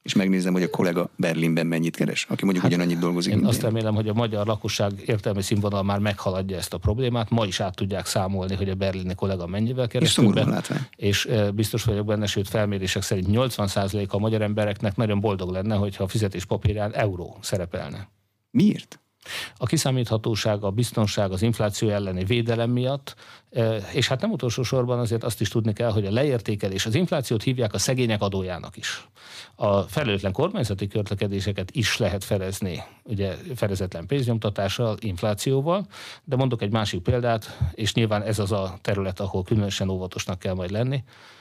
és megnézem, hogy a kollega Berlinben mennyit keres, aki mondjuk ugyanannyit dolgozik. Én azt remélem, hogy a magyar lakosság értelmi színvonal már meghaladja ezt a problémát. Ma is át tudják számolni, hogy a berlini kollega mennyivel keres. És szomorúan látvány. És biztos vagyok benne, sőt felmérések szerint 80% a magyar embereknek nagyon boldog lenne, hogyha a fizetéspapírján euró szerepelne. Miért? A kiszámíthatóság, a biztonság, az infláció elleni védelem miatt, és hát nem utolsó sorban azért azt is tudni kell, hogy a leértékelés, az inflációt hívják a szegények adójának is. A felelőtlen kormányzati közlekedéseket is lehet fedezni, ugye fedezetlen pénznyomtatással, inflációval, de mondok egy másik példát, és nyilván ez az a terület, ahol különösen óvatosnak kell majd lenni.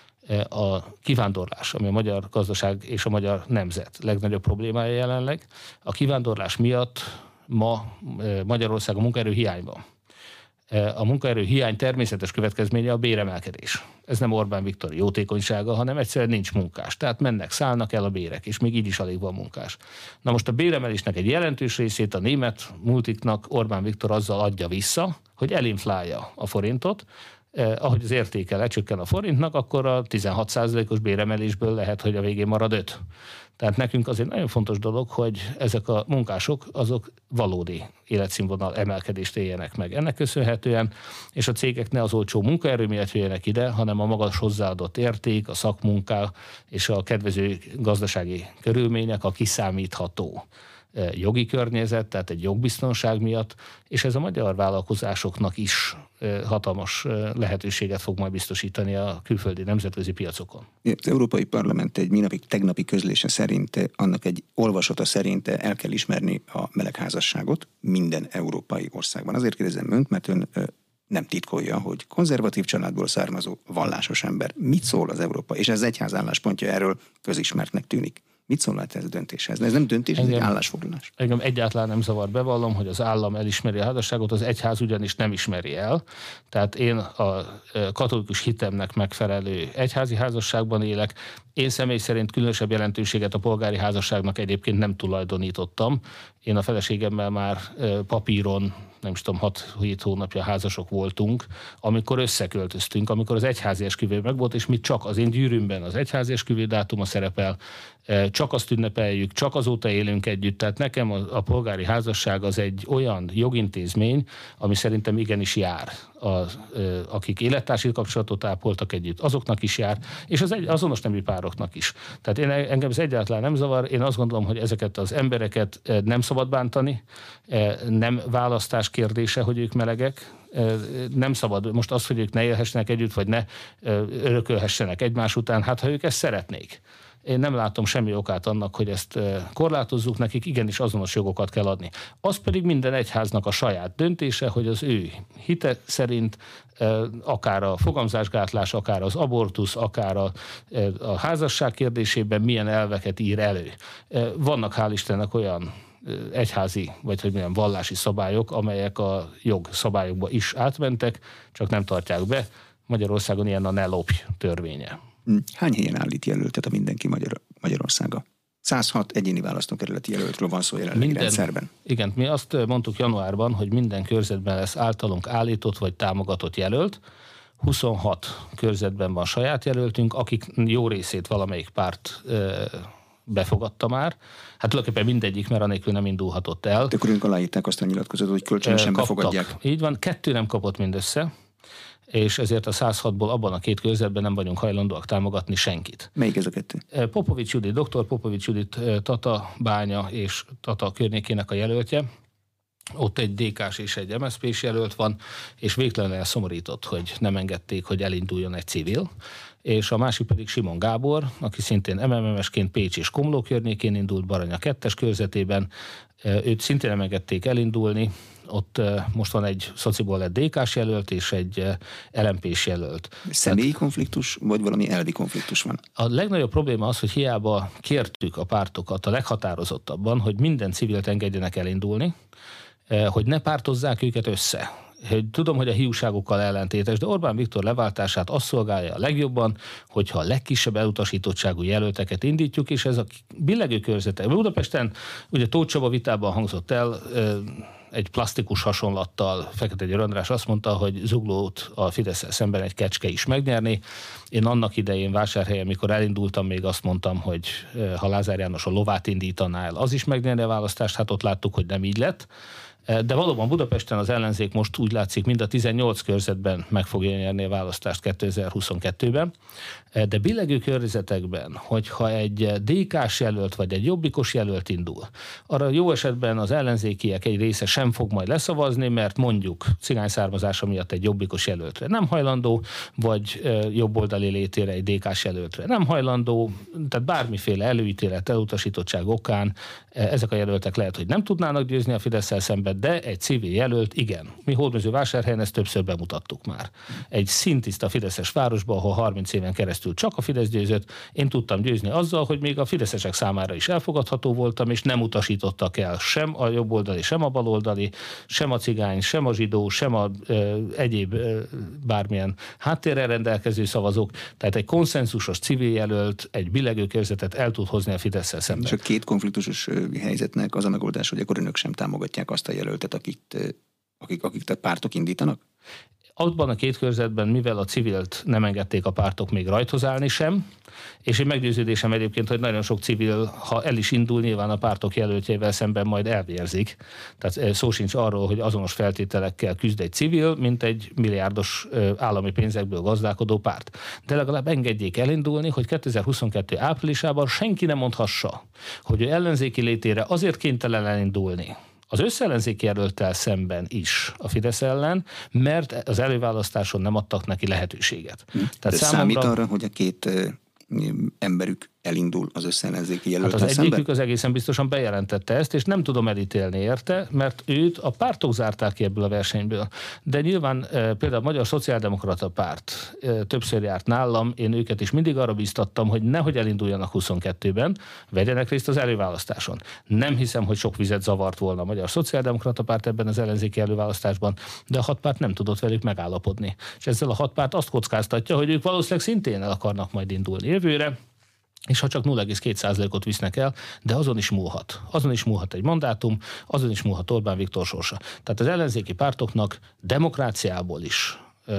A kivándorlás, ami a magyar gazdaság és a magyar nemzet legnagyobb problémája jelenleg. A kivándorlás miatt ma Magyarország a munkaerő hiányban. A munkaerő hiány természetes következménye a béremelkedés. Ez nem Orbán Viktor jótékonysága, hanem egyszerűen nincs munkás. Tehát mennek, szállnak el a bérek, és még így is alig van munkás. Na most a béremelésnek egy jelentős részét a német multiknak Orbán Viktor azzal adja vissza, hogy elinflálja a forintot. Ahogy az értéke lecsökken a forintnak, akkor a 16%-os béremelésből lehet, hogy a végén marad 5. Tehát nekünk azért nagyon fontos dolog, hogy ezek a munkások azok valódi életszínvonal emelkedést éljenek meg. Ennek köszönhetően, és a cégek ne az olcsó munkaerő miatt jöjjenek ide, hanem a magas hozzáadott érték, a szakmunká és a kedvező gazdasági körülmények, a kiszámítható jogi környezet, tehát egy jogbiztonság miatt, és ez a magyar vállalkozásoknak is hatalmas lehetőséget fog majd biztosítani a külföldi nemzetközi piacokon. Az Európai Parlament egy tegnapi közlése szerint, annak egy olvasata szerint el kell ismerni a melegházasságot minden európai országban. Azért kérdezem önt, mert ön nem titkolja, hogy konzervatív családból származó vallásos ember. Mit szól az Európa? És ez egyház álláspontja erről közismertnek tűnik. Mit szólhat ez a döntéshez? Ez nem döntés, ez egy állásfoglalás. Engem egyáltalán nem zavar, bevallom, hogy az állam elismeri a házasságot, az egyház ugyanis nem ismeri el. Tehát én a katolikus hitemnek megfelelő egyházi házasságban élek. Én személy szerint különösebb jelentőséget a polgári házasságnak egyébként nem tulajdonítottam. Én a feleségemmel már papíron, nem is tudom, 6-7 hónapja házasok voltunk, amikor összeköltöztünk, amikor az egyházi esküvő megvolt, és mi csak az én gyűrűmben az egyházi esküvő dátuma szerepel, csak azt ünnepeljük, csak azóta élünk együtt. Tehát nekem a polgári házasság az egy olyan jogintézmény, ami szerintem igenis jár. Akik élettársi kapcsolatot ápoltak együtt, azoknak is jár, és az azonos nemű pároknak is. Tehát engem ez egyáltalán nem zavar, én azt gondolom, hogy ezeket az embereket nem szabad bántani, nem választás kérdése, hogy ők melegek, nem szabad most az, hogy ők ne élhessenek együtt, vagy ne örökölhessenek egymás után, hát ha ők ezt szeretnék. Én nem látom semmi okát annak, hogy ezt korlátozzuk, nekik igenis azonos jogokat kell adni. Az pedig minden egyháznak a saját döntése, hogy az ő hite szerint akár a fogamzásgátlás, akár az abortusz, akár a házasság kérdésében milyen elveket ír elő. Vannak hál' Istennek olyan egyházi, vagy hogy milyen vallási szabályok, amelyek a jogszabályokba is átmentek, csak nem tartják be. Magyarországon ilyen a ne lopj törvénye. Hány helyen állít jelöltet a Mindenki Magyarországa? 106 egyéni választókerületi jelöltről van szó jelenlegi rendszerben. Igen, mi azt mondtuk januárban, hogy minden körzetben lesz általunk állított vagy támogatott jelölt. 26 körzetben van saját jelöltünk, akik jó részét valamelyik párt befogadta már. Hát tulajdonképpen mindegyik, mert anélkül nem indulhatott el. De akkor önk aláírták azt a nyilatkozatot, hogy kölcsönösen befogadják. Így van, 2 nem kapott mindössze, és ezért a 106-ból abban a 2 körzetben nem vagyunk hajlandóak támogatni senkit. Melyik ez a 2? Popovics Judit, dr. Popovics Judit Tatabánya és Tata környékének a jelöltje. Ott egy DK-s és egy MSZP-s jelölt van, és végtelenül elszomorított, hogy nem engedték, hogy elinduljon egy civil. És a másik pedig Simon Gábor, aki szintén MMM-esként Pécs és Komló környékén indult, Baranya 2-es körzetében. Őt szintén nem engedték elindulni. Ott most van egy szociból lett DK-s jelölt és egy LMP-s jelölt. Személyi konfliktus, vagy valami elvi konfliktus van? A legnagyobb probléma az, hogy hiába kértük a pártokat a leghatározottabban, hogy minden civilt engedjenek elindulni, hogy ne pártozzák őket össze. Tudom, hogy a hiúságokkal ellentétes, de Orbán Viktor leváltását azt szolgálja a legjobban, hogyha a legkisebb elutasítottságú jelölteket indítjuk, és ez a billegő körzetek. Budapesten ugye Tóth Csaba vitában hangzott el, egy plastikus hasonlattal Fekete Győr András azt mondta, hogy Zuglót a Fidesszel szemben egy kecske is megnyerni. Én annak idején Vásárhelyen, mikor elindultam, még azt mondtam, hogy ha Lázár János a lovát indítaná el, az is megnyerni a választást, hát ott láttuk, hogy nem így lett. De valóban Budapesten az ellenzék most úgy látszik, mind a 18 körzetben meg fogja nyerni a választást 2022-ben, de billegő körzetekben, hogyha egy DK-s jelölt vagy egy jobbikos jelölt indul, arra jó esetben az ellenzékiek egy része sem fog majd leszavazni, mert mondjuk cigány származása miatt egy jobbikos jelöltre nem hajlandó, vagy jobboldali létére egy DK-s jelöltre nem hajlandó, tehát bármiféle előítélet, elutasítottság okán ezek a jelöltek lehet, hogy nem tudnának győzni a Fidesszel szemben, de egy civil jelölt, igen. Mi Hódmezővásárhelyen ezt többször bemutattuk már. Egy szintiszta fideszes városban, ahol 30 éven keresztül csak a Fidesz győzött, én tudtam győzni azzal, hogy még a fideszesek számára is elfogadható voltam, és nem utasítottak el sem a jobboldali, sem a baloldali, sem a cigány, sem a zsidó, sem a egyéb bármilyen háttérrel rendelkező szavazók. Tehát egy konszenzusos civil jelölt, egy billegő körzetet el tud hozni a Fidesszel szemben. És a két konfliktusos helyzetnek az a megoldás, hogy akkor önök sem támogatják azt a jelöltet, akik pártok indítanak? Abban a két körzetben, mivel a civilt nem engedték a pártok még rajthoz állni sem, és én meggyőződésem egyébként, hogy nagyon sok civil, ha el is indul, nyilván a pártok jelöltjével szemben majd elvérzik. Tehát szó sincs arról, hogy azonos feltételekkel küzd egy civil, mint egy milliárdos állami pénzekből gazdálkodó párt. De legalább engedjék elindulni, hogy 2022 áprilisában senki nem mondhassa, hogy ő ellenzéki létére azért kénytelen elindulni az összellenzéki jelölttel szemben is a Fidesz ellen, mert az előválasztáson nem adtak neki lehetőséget. Tehát számít arra, hogy a két emberük elindul az összellenzéki jelölttel szemben? Hát az egyikük az egészen biztosan bejelentette ezt, és nem tudom elítélni érte, mert őt a pártok zárták ki ebből a versenyből. De nyilván például a Magyar Szociáldemokrata Párt többször járt nálam, én őket is mindig arra bíztattam, hogy nehogy elinduljanak 22-ben, vegyenek részt az előválasztáson. Nem hiszem, hogy sok vizet zavart volna a Magyar Szociáldemokrata Párt ebben az ellenzéki előválasztásban, de a 6 párt nem tudott velük megállapodni. És ezzel a 6 párt azt kockáztatja, hogy ők valószínűleg szintén el akarnak majd indulni jövőre, és ha csak 0,2%-ot visznek el, de azon is múlhat. Azon is múlhat egy mandátum, azon is múlhat Orbán Viktor sorsa. Tehát az ellenzéki pártoknak demokráciából is,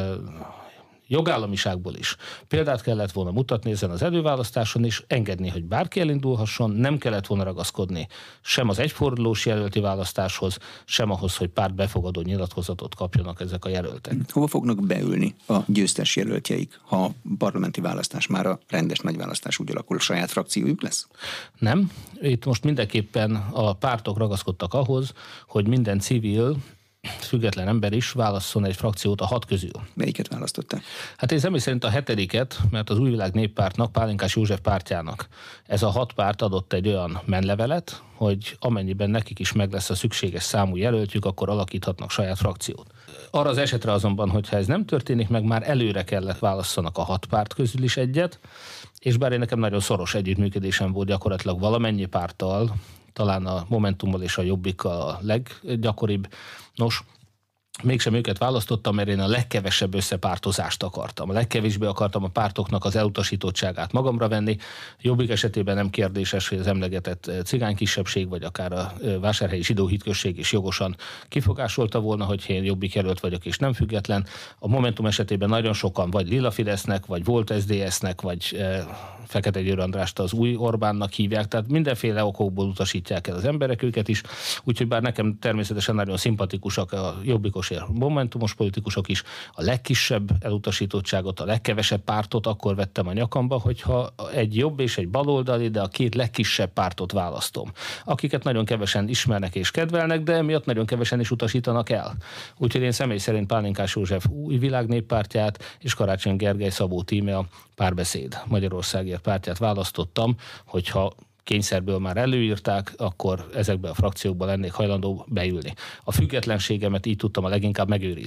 jogállamiságból is példát kellett volna mutatni ezen az előválasztáson is, engedni, hogy bárki elindulhasson, nem kellett volna ragaszkodni sem az egyfordulós jelölti választáshoz, sem ahhoz, hogy párt befogadó nyilatkozatot kapjanak ezek a jelöltek. Hova fognak beülni a győztes jelöltjeik, ha a parlamenti választás már a rendes nagyválasztás úgy alakul, a saját frakciójuk lesz? Nem. Itt most mindenképpen a pártok ragaszkodtak ahhoz, hogy minden civil, független ember is válasszon egy frakciót a 6 közül. Melyiket választották? Hát én személy szerint a 7-et, mert az Újvilág Néppártnak, Pálinkás József pártjának ez a 6 párt adott egy olyan menlevelet, hogy amennyiben nekik is meg lesz a szükséges számú jelöltjük, akkor alakíthatnak saját frakciót. Arra az esetre azonban, hogyha ez nem történik meg, már előre kellett válasszanak a 6 párt közül is egyet, és bár én nekem nagyon szoros együttműködésem volt gyakorlatilag valamennyi párttal, talán a Momentummal és a Jobbikkal a leggyakoribb. Nos, mégsem őket választottam, mert én a legkevesebb összepártozást akartam. A legkevésbé akartam a pártoknak az elutasítottságát magamra venni. Jobbik esetében nem kérdéses, hogy az emlegetett cigánykisebbség, vagy akár a vásárhelyi zsidó hitközség is jogosan kifogásolta volna, hogy én Jobbik jelölt vagyok és nem független. A Momentum esetében nagyon sokan vagy Lila Fidesznek, vagy volt SZDSZ-nek, vagy Fekete Győr Andrást az új Orbánnak hívják, tehát mindenféle okokból utasítják el az emberek őket is, úgyhogy bár nekem természetesen nagyon szimpatikusak a jobbikos és momentumos politikusok is, a legkisebb elutasítottságot, a legkevesebb pártot akkor vettem a nyakamba, hogyha egy jobb és egy baloldali, de a 2 legkisebb pártot választom, akiket nagyon kevesen ismernek és kedvelnek, de emiatt nagyon kevesen is utasítanak el. Úgyhogy én személy szerint Pálinkás József Újvilág Néppártját és Karácsony Gergely Szabó Tíme a Párbeszéd Magyarországért pártját választottam, hogyha kényszerből már előírták, akkor ezekben a frakciókban lennék hajlandó beülni. A függetlenségemet így tudtam a leginkább megőrizni.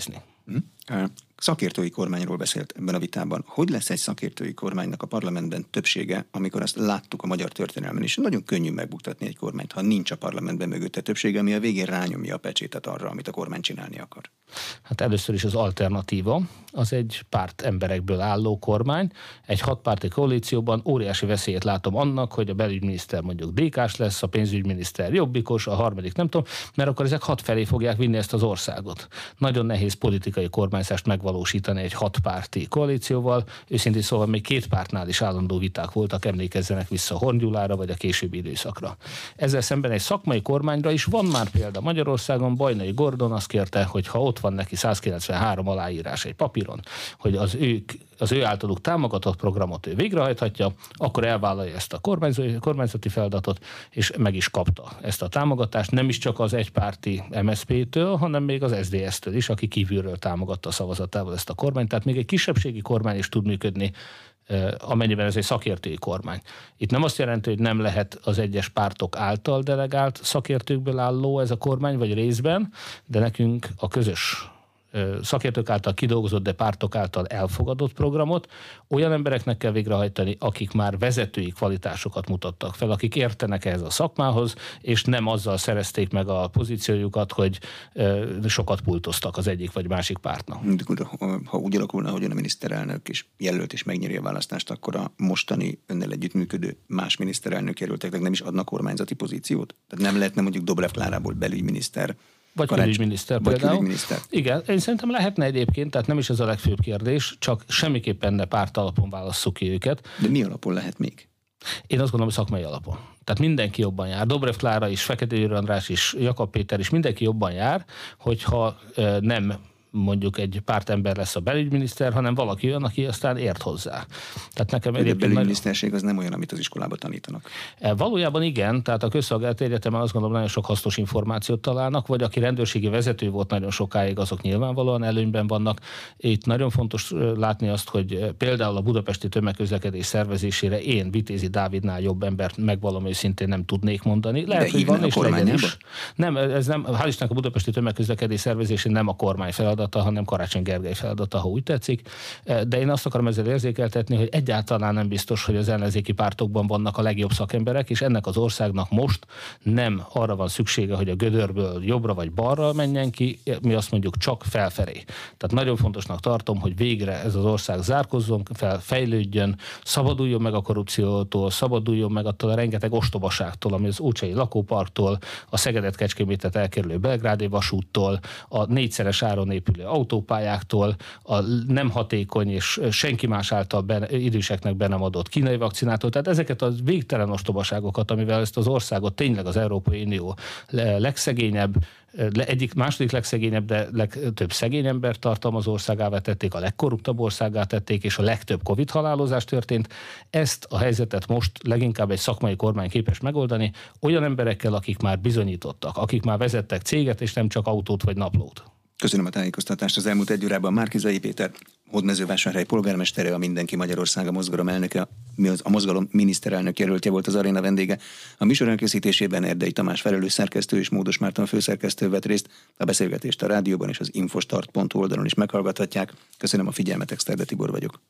Szakértői kormányról beszélt ebben a vitában. Hogy lesz egy szakértői kormánynak a parlamentben többsége, amikor azt láttuk a magyar történelmen is? Nagyon könnyű megbuktatni egy kormányt, ha nincs a parlamentben mögötte többsége, ami a végén rányomja a pecsétet arra, amit a kormány csinálni akar. Hát először is az alternatíva, az egy párt emberekből álló kormány. Egy 6 párti koalícióban óriási veszélyét látom annak, hogy a belügyminiszter mondjuk DK-s lesz, a pénzügyminiszter jobbikos, a harmadik nem tudom, mert akkor ezek 6 felé fogják vinni ezt az országot. Nagyon nehéz politikai kormányzást megvalósítani egy 6 párti koalícióval. Őszintén szóval még 2 pártnál is állandó viták voltak, emlékezzenek vissza Horn Gyulára vagy a későbbi időszakra. Ezzel szemben egy szakmai kormányra is van már példa Magyarországon. Bajnai Gordon azt kérte, hogy ha ott van neki 193 aláírás egy papíron, hogy az ő általuk támogatott programot ő végrehajthatja, akkor elvállalja ezt a kormányzati feladatot, és meg is kapta ezt a támogatást, nem is csak az egypárti MSZP-től, hanem még az SZDSZ-től is, aki kívülről támogatta a szavazatával ezt a kormányt. Tehát még egy kisebbségi kormány is tud működni, amennyiben ez egy szakértői kormány. Itt nem azt jelenti, hogy nem lehet az egyes pártok által delegált szakértőkből álló ez a kormány, vagy részben, de nekünk a közös szakértők által kidolgozott, de pártok által elfogadott programot olyan embereknek kell végrehajtani, akik már vezetői kvalitásokat mutattak fel, akik értenek ehhez a szakmához, és nem azzal szerezték meg a pozíciójukat, hogy sokat pultoztak az egyik vagy másik pártnak. Ha úgy alakulna, hogy ön a miniszterelnök is jelölt és megnyeri a választást, akkor a mostani önnel együttműködő más miniszterelnök jelölteknek nem is adnak kormányzati pozíciót? Tehát nem lehetne mondjuk Dobrev Klárából belügyminiszter, vagy külügyminiszter például. Igen, én szerintem lehetne egyébként, tehát nem is ez a legfőbb kérdés, csak semmiképpen ne párt alapon válasszuk ki őket. De mi alapon lehet még? Én azt gondolom, szakmai alapon. Tehát mindenki jobban jár. Dobrev Klára is, Fekete Győr András is, Jakab Péter is, mindenki jobban jár, hogyha nem mondjuk egy pártember lesz a belügyminiszter, hanem valaki olyan, aki aztán ért hozzá. Tehát nekem a belügyminiszterség az nem olyan, amit az iskolában tanítanak. Valójában igen, tehát a Közszolgálati Egyetemen azt gondolom nagyon sok hasznos információt találnak, vagy aki rendőrségi vezető volt nagyon sokáig, azok nyilvánvalóan előnyben vannak. Itt nagyon fontos látni azt, hogy például a budapesti tömegközlekedés szervezésére én Vitézi Dávidnál jobb embert megvallom őszintén nem tudnék mondani. Lehet, hogy van és legyen is. Nem, ez nem, hál' Istennek a budapesti tömegközlekedés szervezésén nem a kormány feladata, hanem Karácsony Gergely feladata, ha úgy tetszik. De én azt akarom ezzel érzékeltetni, hogy egyáltalán nem biztos, hogy az ellenzéki pártokban vannak a legjobb szakemberek, és ennek az országnak most nem arra van szüksége, hogy a gödörből jobbra vagy balra menjen ki, mi azt mondjuk csak felfelé. Tehát nagyon fontosnak tartom, hogy végre ez az ország zárkozzon fel, fejlődjön, szabaduljon meg a korrupciótól, szabaduljon meg attól a rengeteg ostobaságtól, ami az Ócsai lakóparktól, a Szegedet-Kecskemétet elkerülő Belgrádi vasúttól, a 4-szeres áron épülő autópályáktól, a nem hatékony és senki más által időseknek be nem adott kínai vakcinától. Tehát ezeket a végtelen ostobaságokat, amivel ezt az országot tényleg az Európai Unió legszegényebb, második legszegényebb, de legtöbb szegény embert tartalmazó országává tették, a legkorruptabb országá tették, és a legtöbb Covid halálozás történt. Ezt a helyzetet most leginkább egy szakmai kormány képes megoldani, olyan emberekkel, akik már bizonyítottak, akik már vezettek céget, és nem csak autót vagy naplót. Köszönöm a tájékoztatást. Az elmúlt 1 órában Márki-Zay Péter, Hódmezővásárhely polgármestere, a Mindenki Magyarországa mozgalom elnöke, a mozgalom miniszterelnök jelöltje volt az aréna vendége. A műsor elkészítésében Erdei Tamás felelős szerkesztő és Módos Márton főszerkesztő vett részt. A beszélgetést a rádióban és az infostart.hu oldalon is meghallgathatják. Köszönöm a figyelmet, Exterde Tibor vagyok.